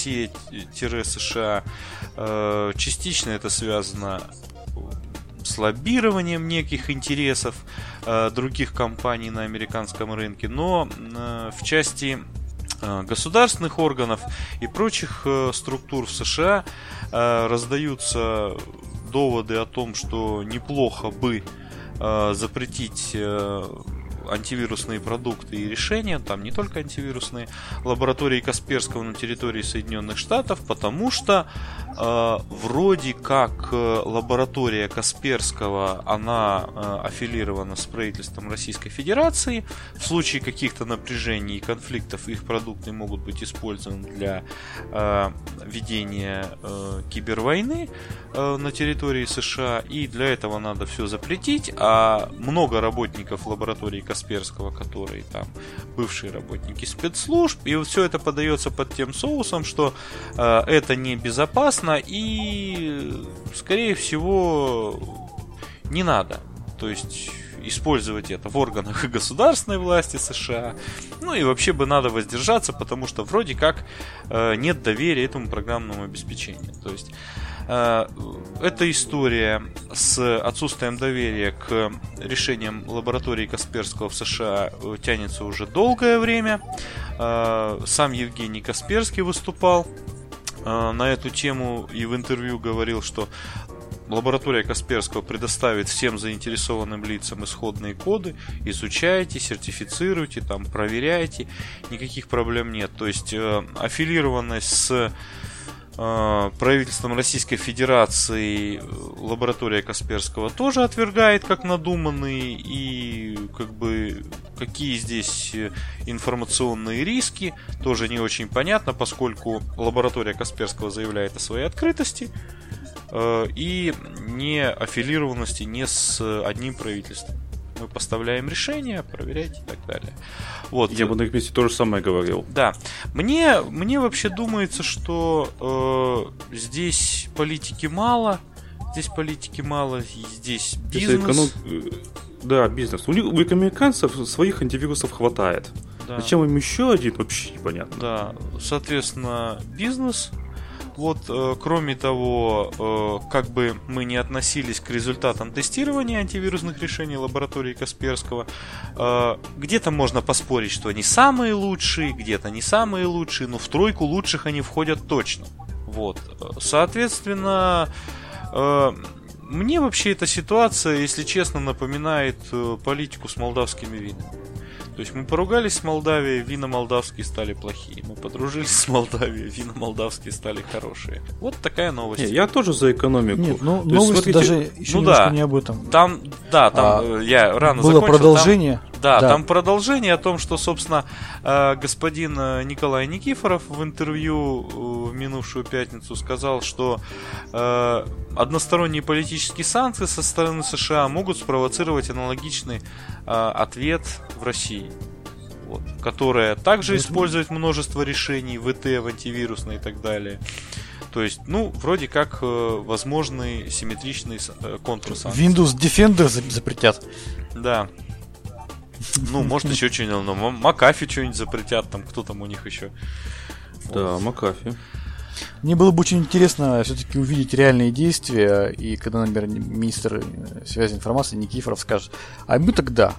Россия-США, частично это связано с лоббированием неких интересов других компаний на американском рынке, но в части государственных органов и прочих структур в США раздаются доводы о том, что неплохо бы запретить антивирусные продукты и решения, там не только антивирусные, лаборатории Касперского на территории Соединенных Штатов, потому что э, вроде как лаборатория Касперского, она э, аффилирована с правительством Российской Федерации. В случае каких-то напряжений и конфликтов их продукты могут быть использованы для э, ведения э, кибервойны э, на территории США, и для этого надо все запретить, а много работников лаборатории Касперского, которые там бывшие работники спецслужб, и вот все это подается под тем соусом, что э, это небезопасно и, скорее всего, не надо. То есть использовать это в органах государственной власти США. Ну и вообще бы надо воздержаться, потому что вроде как э, нет доверия этому программному обеспечению. То есть э, эта история с отсутствием доверия к решениям лаборатории Касперского в США тянется уже долгое время. Э, сам Евгений Касперский выступал э, на эту тему и в интервью говорил, что лаборатория Касперского предоставит всем заинтересованным лицам исходные коды, изучайте, сертифицируйте, там, проверяйте, никаких проблем нет. То есть э, аффилированность с правительством Российской Федерации лаборатория Касперского тоже отвергает как надуманные, и как бы какие здесь информационные риски тоже не очень понятно, поскольку лаборатория Касперского заявляет о своей открытости и не аффилированности не с одним правительством. Мы поставляем решения, проверять и так далее. Вот. Я бы на их месте то же самое говорил. Да. Мне, мне вообще думается, что э, здесь политики мало. Здесь политики мало, здесь бизнес. Эконом... Да, бизнес. У них у американцев своих антивирусов хватает. Да. Зачем им еще один, вообще непонятно. Да, соответственно, бизнес. Вот, э, кроме того, э, как бы мы не относились к результатам тестирования антивирусных решений лаборатории Касперского, э, где-то можно поспорить, что они самые лучшие, где-то не самые лучшие, но в тройку лучших они входят точно. Вот, соответственно, э, мне вообще эта ситуация, если честно, напоминает э, политику с молдавскими винами. То есть мы поругались с Молдавией, вина молдавские стали плохие. Мы подружились с Молдавией, вина молдавские стали хорошие. Вот такая новость. Не, я тоже за экономику. Нет, ну новость смотрите... даже еще ну, немножко да. не об этом. Там, да, там а, я рано было закончил. Было продолжение. Там, да, да, там продолжение о том, что, собственно, господин Николай Никифоров в интервью в минувшую пятницу сказал, что односторонние политические санкции со стороны США могут спровоцировать аналогичный ответ в России. Вот, которая также использует множество решений в ВТ, в антивирусной и так далее. То есть, ну, вроде как э, возможный симметричный э, контур санкций. Windows Defender запретят. Да. Ну, может, еще что-нибудь. Но Макафи что-нибудь запретят, там, кто там у них еще. Да, Макафи. Мне было бы очень интересно все-таки увидеть реальные действия, и когда, например, министр связи и информации Никифоров скажет: а мы тогда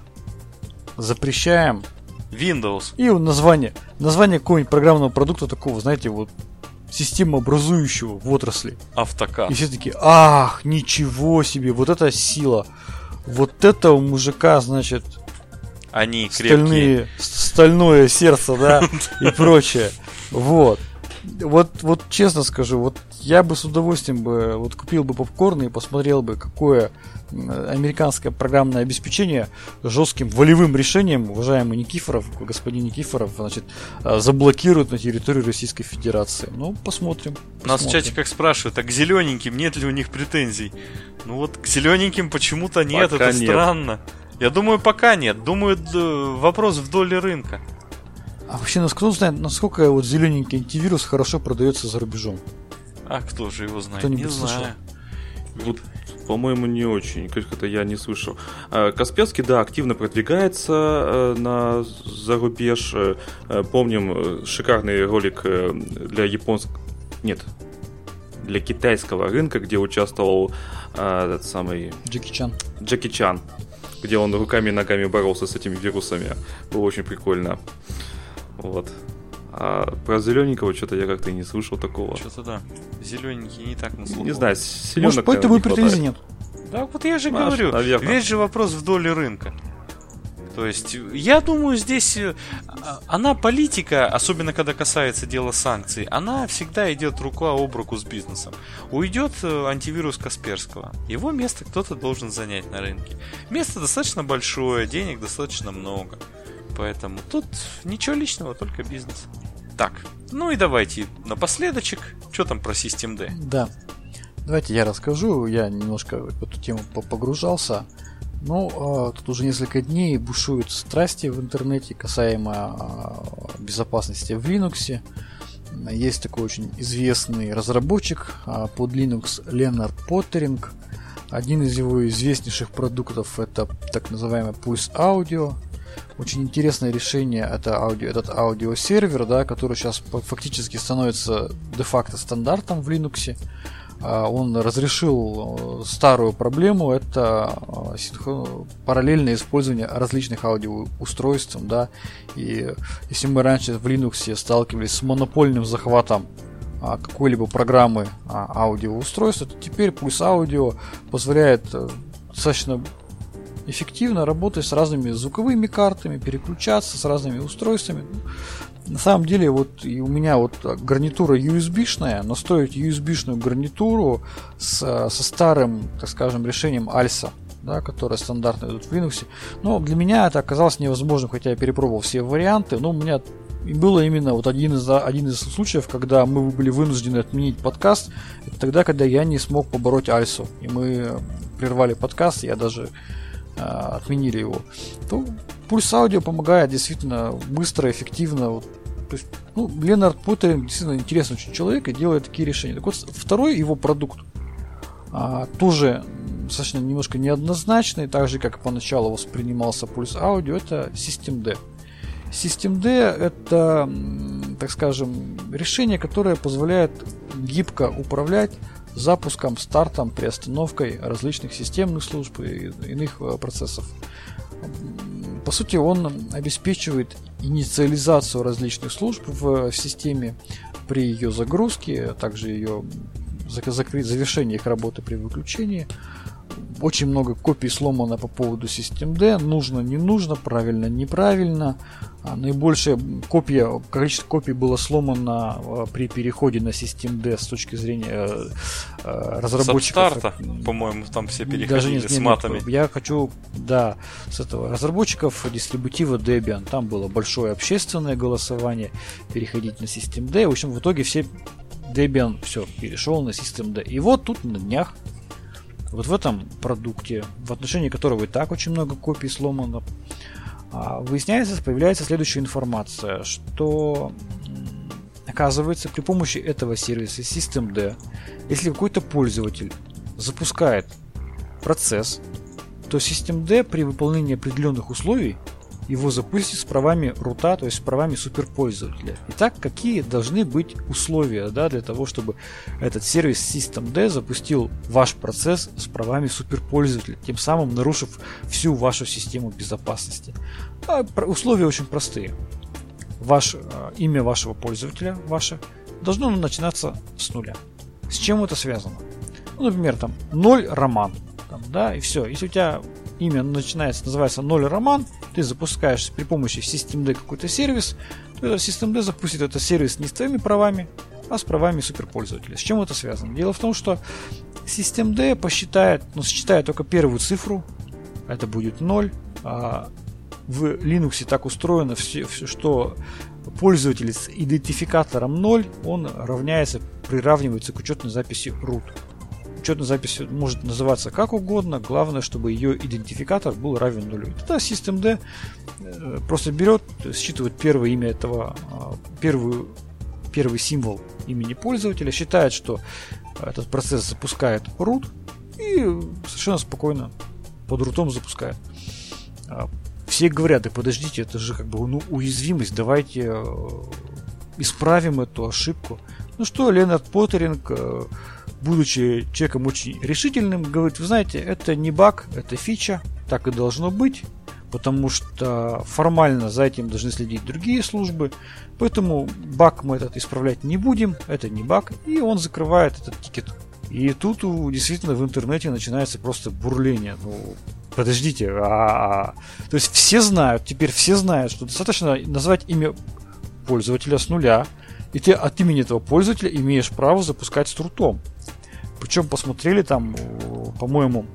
запрещаем Windows. И название, название какого-нибудь программного продукта такого, знаете, вот системообразующего в отрасли. Автокад. И все таки: ах, ничего себе, вот это сила. Вот это у мужика, значит, они стальные, стальное сердце, да, и прочее. Вот. Вот, вот честно скажу, вот я бы с удовольствием бы вот купил бы попкорн и посмотрел бы, какое американское программное обеспечение жестким волевым решением уважаемый Никифоров, господин Никифоров, значит, заблокирует на территории Российской Федерации. Ну, посмотрим. посмотрим. Нас в чате как спрашивают, а к зелененьким нет ли у них претензий? Ну вот к зелененьким почему-то нет, пока это нет. Странно. Я думаю, пока нет. Думаю, вопрос в доле рынка. А вообще, кто знает, насколько вот зелененький антивирус хорошо продается за рубежом? А кто же его знает? Кто-нибудь не слышал? Знаю. Вот, по-моему, не очень. Как-то я не слышал. Касперский, да, активно продвигается на зарубеж. Помним шикарный ролик для японского... Нет, для китайского рынка, где участвовал этот самый... Джеки Чан. Джеки Чан. Где он руками и ногами боролся с этими вирусами. Было очень прикольно. Вот. А про зелененького что-то я как-то и не слышал такого. Что-то да. Зелененький не так наслушал. Не знаю, селенок, может, поэтому и претензий нет. Да, вот я же Маш, говорю, наверное. Весь же вопрос в доле рынка. То есть, я думаю, здесь она политика, особенно когда касается дела санкций, она всегда идет рука об руку с бизнесом. Уйдет антивирус Касперского, его место кто-то должен занять на рынке. Место достаточно большое, денег достаточно много. Поэтому тут ничего личного, только бизнес. Так, ну и давайте напоследочек, что там про систем-D? Да, давайте я расскажу, я немножко в эту тему погружался. Ну, тут уже несколько дней бушуют страсти в интернете касаемо безопасности в Linux. Есть такой очень известный разработчик под Linux Ленард Поттеринг. Один из его известнейших продуктов — это так называемый Pulse Audio. Очень интересное решение — это аудио, этот аудиосервер, да, который сейчас фактически становится де-факто стандартом в Linux. Он разрешил старую проблему, это параллельное использование различных аудиоустройств, да. И если мы раньше в Linux сталкивались с монопольным захватом какой-либо программы аудиоустройства, то теперь Pulse Audio позволяет достаточно эффективно работать с разными звуковыми картами, переключаться с разными устройствами. на самом деле, вот и у меня вот гарнитура ю эс би-шная, но стоит ю эс би-шную гарнитуру с, со старым, так скажем, решением Альса, да, которое стандартно идут в Linux. Но для меня это оказалось невозможным, хотя я перепробовал все варианты. Но у меня было именно вот один из, один из случаев, когда мы были вынуждены отменить подкаст. Это тогда, когда я не смог побороть Альсу. И мы прервали подкаст, я даже э, отменили его. То Pulse Audio помогает действительно быстро, эффективно. Вот, то есть, ну, Ленард Поттеринг действительно интересный очень человек и делает такие решения. Так вот, второй его продукт а, тоже достаточно немножко неоднозначный, так же, как поначалу воспринимался Pulse Audio, это SystemD. SystemD это, так скажем, решение, которое позволяет гибко управлять запуском, стартом, приостановкой различных системных служб и иных процессов. По сути, он обеспечивает инициализацию различных служб в системе при ее загрузке, а также ее завершении их работы при выключении. Очень много копий сломано по поводу SystemD. Нужно, не нужно, правильно, неправильно. А наибольшее копия, количество копий было сломано при переходе на SystemD с точки зрения э, разработчиков. С старта, по-моему, там все переходили даже не, с не, матами. Я хочу, да, с этого разработчиков дистрибутива Debian. Там было большое общественное голосование переходить на SystemD. В общем, в итоге все Debian все перешел на SystemD. И вот тут на днях, вот в этом продукте, в отношении которого и так очень много копий сломано, выясняется, появляется следующая информация, что оказывается при помощи этого сервиса SystemD, если какой-то пользователь запускает процесс, то SystemD при выполнении определенных условий его запустит с правами рута, то есть с правами суперпользователя. Итак, какие должны быть условия, да, для того, чтобы этот сервис SystemD запустил ваш процесс с правами суперпользователя, тем самым нарушив всю вашу систему безопасности? А, условия очень простые. Ваш, имя вашего пользователя ваше должно начинаться с нуля. С чем это связано? Ну, например, там ноль Роман, там, да, и все. Если у тебя имя начинается, называется ноль Роман, ты запускаешь при помощи SystemD какой-то сервис, то этот SystemD запустит этот сервис не с твоими правами, а с правами суперпользователя. С чем это связано? Дело в том, что SystemD посчитает, ну, считает только первую цифру, это будет ноль, а в Linux так устроено, все, все, что пользователь с идентификатором ноль, он равняется, приравнивается к учетной записи root. Учетная запись может называться как угодно, главное, чтобы ее идентификатор был равен нулю. И тогда SystemD просто берет, считывает первое имя этого, первую, первый символ имени пользователя, считает, что этот процесс запускает root и совершенно спокойно под рутом запускает. Все говорят: да подождите, это же как бы, ну, уязвимость, давайте исправим эту ошибку. Ну что, Ленард Поттеринг, будучи человеком очень решительным, говорит: вы знаете, это не баг, это фича, так и должно быть, потому что формально за этим должны следить другие службы, поэтому баг мы этот исправлять не будем, это не баг, и он закрывает этот тикет. И тут действительно в интернете начинается просто бурление. Ну, подождите, а, а... то есть все знают, теперь все знают, что достаточно назвать имя пользователя с нуля, и ты от имени этого пользователя имеешь право запускать с рутом. Причем посмотрели там, по-моему,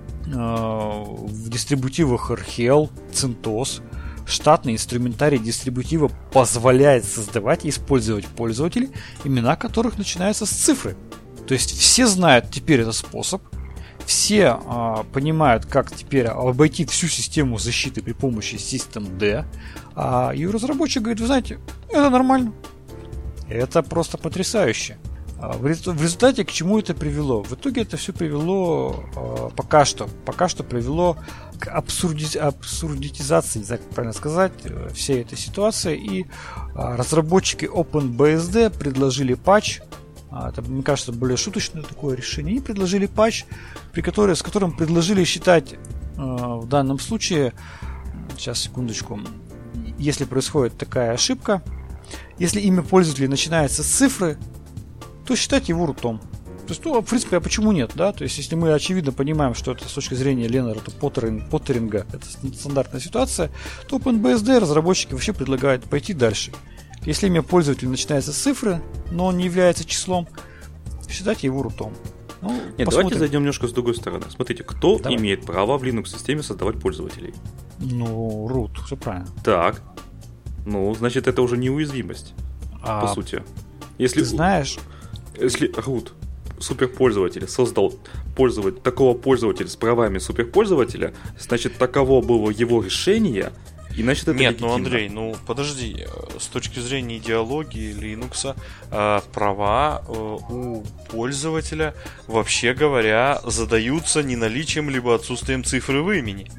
в дистрибутивах эр эйч эл, CentOS, штатный инструментарий дистрибутива позволяет создавать и использовать пользователей, имена которых начинаются с цифры. То есть все знают теперь этот способ, все а, понимают, как теперь обойти всю систему защиты при помощи SystemD, а и разработчик говорит: вы знаете, это нормально. Это просто потрясающе. В результате к чему это привело? В итоге это все привело э, пока что, пока что привело к абсурди... абсурдитизации, не знаю, как правильно сказать, всей этой ситуации. И э, разработчики OpenBSD предложили патч, э, это, мне кажется, более шуточное такое решение, и предложили патч, при которой, с которым предложили считать э, в данном случае, сейчас секундочку, если происходит такая ошибка, если имя пользователя начинается с цифры, то считать его рутом. То есть, ну, в принципе, а почему нет, да? То есть, если мы очевидно понимаем, что это с точки зрения Ленарда Поттеринга это стандартная ситуация, то OpenBSD разработчики вообще предлагают пойти дальше. Если имя пользователя начинается с цифры, но он не является числом, считайте его рутом. Ну, Нет, посмотрим. давайте зайдем немножко с другой стороны. Смотрите, кто Давай. имеет право в Linux-системе создавать пользователей? Ну, root, все правильно. Так. Ну, значит, это уже неуязвимость, А по сути. Если, ты знаешь, если root суперпользователя создал пользователь, такого пользователя с правами суперпользователя, значит, таково было его решение, и значит это Нет, легитимно. ну Андрей, ну подожди, с точки зрения идеологии Linux, э, права э, у пользователя, вообще говоря, задаются не наличием либо отсутствием цифры в имени.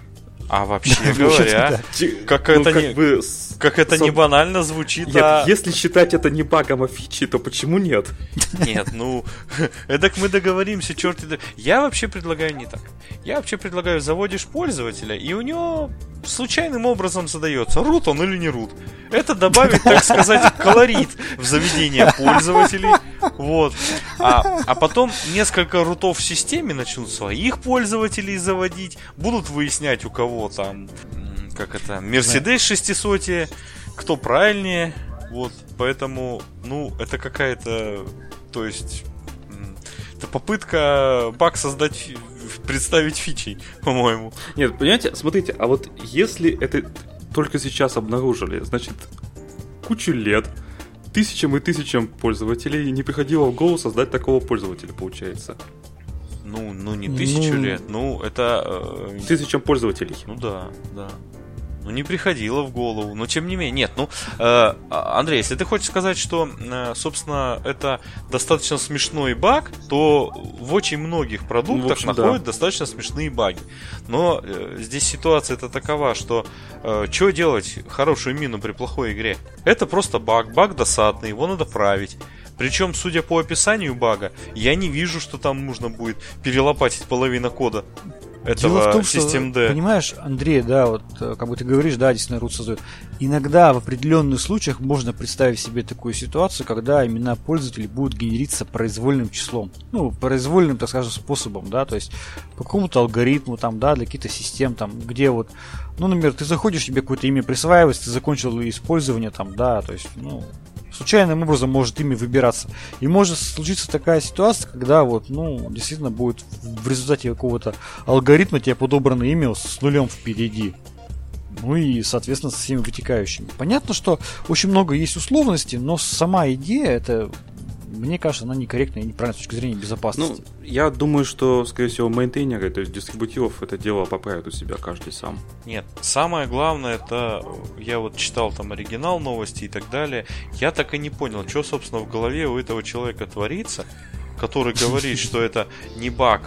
А вообще говоря, как Ну, это как не бы с- как это со- не банально звучит, Нет, а... если считать это не багом, а фичей, то почему нет? Нет, ну, эдак мы договоримся, черт. Я вообще предлагаю не так. Я вообще предлагаю, заводишь пользователя, и у него случайным образом задается, root он или не root. Это добавит, так сказать, колорит в заведение пользователей. Вот. А, а потом несколько рутов в системе начнут своих пользователей заводить, будут выяснять, у кого там, м, как это, Mercedes шестисот, кто правильнее. Вот, поэтому, ну, это какая-то, то есть, м, это попытка баг создать, фи- представить фичей, по-моему. Нет, понимаете, смотрите, а вот если это только сейчас обнаружили, значит, кучу лет, тысячам и тысячам пользователей не приходило в голову создать такого пользователя, получается. Ну, ну не тысячу Ну. лет, ну, это... э, Тысячам пользователей. Ну да, да. Ну не приходило в голову, но тем не менее. Нет, ну, э, Андрей, если ты хочешь сказать, что, э, собственно, это достаточно смешной баг, то в очень многих продуктах Ну, в общем, находят да. достаточно смешные баги. Но э, здесь ситуация-то такова, что э, что делать хорошую мину при плохой игре? Это просто баг, баг досадный, его надо править. Причем, судя по описанию бага, я не вижу, что там нужно будет перелопатить половину кода этого дело в том, что, систем-D. понимаешь, Андрей, да, вот, э, как бы ты говоришь, да, действительно, root создает. Иногда в определенных случаях можно представить себе такую ситуацию, когда имена пользователей будут генериться произвольным числом. Ну, произвольным, так скажем, способом, да, то есть по какому-то алгоритму, там, да, для каких-то систем, там, где вот, ну, например, ты заходишь, тебе какое-то имя присваивается, ты закончил использование, там, да, то есть, ну, случайным образом может имя выбираться. И может случиться такая ситуация, когда вот, ну, действительно будет в результате какого-то алгоритма тебе подобрано имя с нулем впереди. Ну и, соответственно, со всеми вытекающими. Понятно, что очень много есть условностей, но сама идея, это, мне кажется, она некорректная и неправильная с точки зрения Ну, безопасности. я думаю, что, скорее всего, мейнтейнеры, то есть дистрибутивов, это дело поправят у себя каждый сам. Нет, самое главное, это я вот читал там оригинал новости и так далее. Я так и не понял, что, собственно, в голове у этого человека творится, который говорит, что это не баг,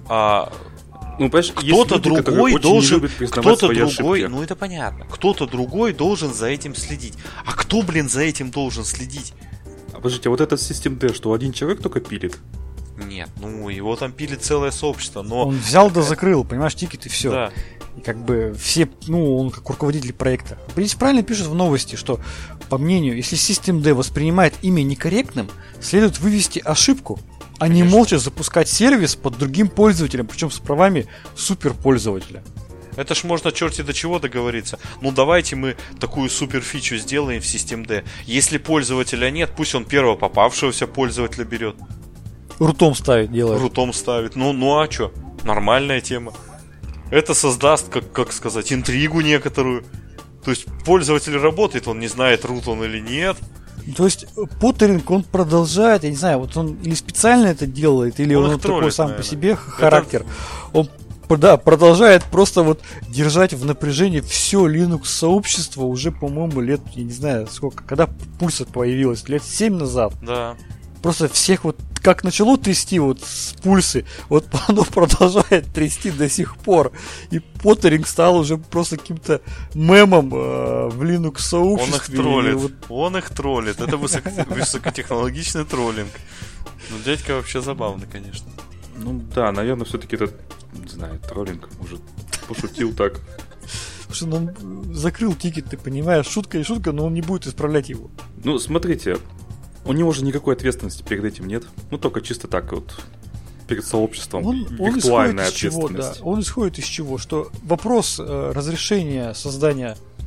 а Ну, понимаешь, есть кто-то люди, которые другой очень не должен, любят признавать кто-то свои другой, ошибки. ну это понятно, кто-то другой должен за этим следить. А кто, блин, за этим должен следить? А подождите, а вот этот систем-D, что один человек только пилит? Нет, ну его там пилит целое сообщество, но... Он взял да закрыл, понимаешь, тикет и все. Да. И как бы все, ну, он как руководитель проекта. Здесь правильно пишут в новости, что, по мнению, если systemd воспринимает имя некорректным, следует вывести ошибку, а не Конечно. молча запускать сервис под другим пользователем, причем с правами суперпользователя. Это ж можно черти до чего договориться. Ну давайте мы такую супер фичу сделаем в систем-D. Если пользователя нет, пусть он первого попавшегося пользователя берет. Рутом ставит, делает. Рутом ставит. Ну, ну а что? Нормальная тема. Это создаст, как, как сказать, интригу некоторую. То есть пользователь работает, он не знает, рут он или нет. То есть Поттеринг, он продолжает, я не знаю, вот он или специально это делает, или Он он, их вот такой троллит, сам наверное. по себе характер. Он да, продолжает просто вот держать в напряжении все Linux сообщество уже, по-моему, лет, я не знаю, сколько, когда пульса появилась, лет семь назад. Да. Просто всех вот как начало трясти вот с пульсы, вот оно продолжает трясти до сих пор. И Поттеринг стал уже просто каким-то мемом э, в Linux Он их сообществе. троллит. И вот Он их троллит. Это высоко- высокотехнологичный троллинг. Ну, дядька вообще забавный, конечно. Ну да, наверное, все-таки это, не знаю, троллинг, может, пошутил так. Потому что он закрыл тикет, ты понимаешь, шутка и шутка, но он не будет исправлять его. Ну, смотрите, у него же никакой ответственности перед этим нет. Ну, только чисто так вот, перед сообществом. Он, он исходит Виртуальная из чего, да? ответственность. Он исходит из чего? Что вопрос э, разрешения создания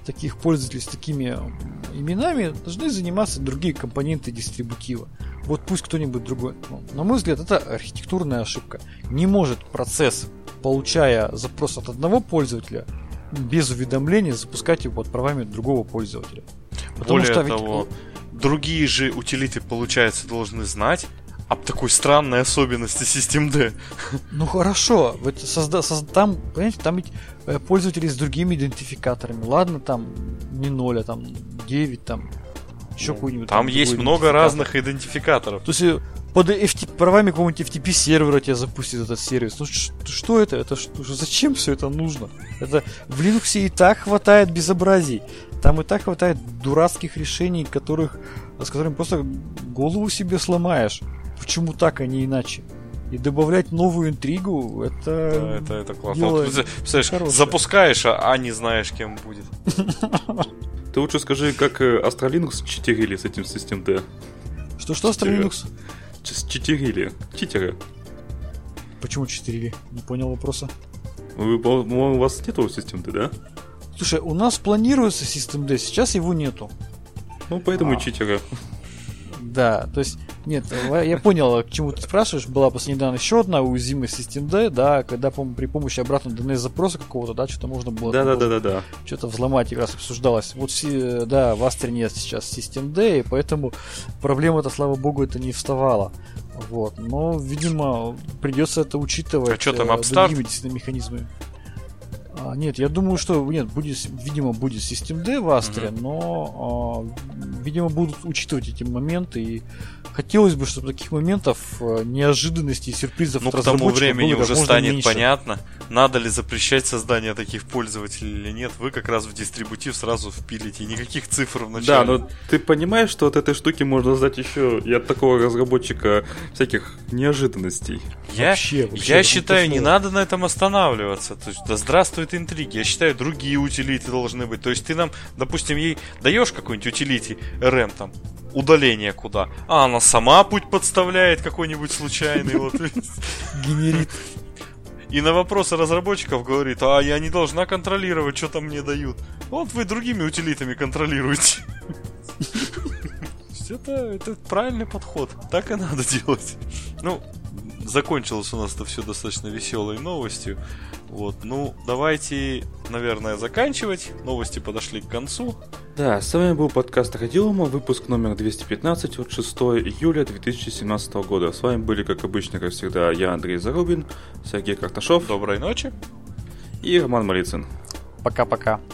таких пользователей с такими именами должны заниматься другие компоненты дистрибутива. Вот пусть кто-нибудь другой. Ну, на мой взгляд, это архитектурная ошибка. Не может процесс, получая запрос от одного пользователя, без уведомления запускать его под правами другого пользователя. Потому Более что того, ведь... другие же утилиты, получается, должны знать об такой странной особенности системд. Ну хорошо, вот созда... Соз... там, понимаете, там ведь пользователи с другими идентификаторами. Ладно, там не ноль, а там девять, там еще Ну, какой-нибудь. Там есть много разных идентификаторов. То есть под эф ти... правами какого-нибудь эф ти пи сервера тебя запустит этот сервис. Ну ш... что это? Это что? Зачем все это нужно? Это в Linux и так хватает безобразий. Там и так хватает дурацких решений, которых, с которыми просто голову себе сломаешь. Почему так, а не иначе? И добавлять новую интригу, это... Да, это, это классно. Вот, представляешь, запускаешь, а, а не знаешь, кем будет. Ты лучше скажи, как Astra Linux читерили с этим системд. Что-что Astra Linux? Читерили. Читеры. Почему читерили? Не понял вопроса. Вы, у вас нету системд, да? Слушай, у нас планируется системд, сейчас его нету. Ну, поэтому а. и читеры. Да, то есть, нет, я понял, к чему ты спрашиваешь. Была после недавно еще одна уязвимость системд, да, когда, по-моему, при помощи обратного ди эн эс-запроса какого-то, да, что-то можно было... Да-да-да-да-да. Что-то взломать, как раз обсуждалось. Вот, да, в Астре нет сейчас системд, и поэтому проблема-то, слава богу, это не вставала. Вот, но, видимо, придется это учитывать. А что там, э, апстарт? другими действительно механизмами. А, нет, я думаю, что нет, будет, видимо, будет системд в Астре, mm-hmm. но, а, видимо, будут учитывать эти моменты, и хотелось бы, чтобы таких моментов, неожиданностей и сюрпризов ну, от к тому времени было уже можно станет меньше. Понятно, надо ли запрещать создание таких пользователей или нет. Вы как раз в дистрибутив сразу впилите, никаких цифр в начале. Да, но ты понимаешь, что от этой штуки можно ждать еще и от такого разработчика всяких неожиданностей. Я, вообще, вообще, я считаю, не надо на этом останавливаться. То есть, да здравствует интриги. Я считаю, другие утилиты должны быть. То есть ты нам, допустим, ей даешь какой-нибудь утилити эр эм там, удаление куда, а она сама путь подставляет какой-нибудь случайный. Вот. Генерит. И на вопросы разработчиков говорит, а я не должна контролировать, что там мне дают. Вот вы другими утилитами контролируете. Это, это правильный подход. Так и надо делать. Ну, закончилось у нас это все достаточно веселой новостью. Вот, ну, давайте, наверное, заканчивать. Новости подошли к концу. Да, с вами был подкаст Радиома, выпуск номер двести пятнадцать от шестого июля две тысячи семнадцатого года. С вами были, как обычно, как всегда, я, Андрей Зарубин, Сергей Карташов. Доброй ночи. И Роман Малицын. Пока-пока.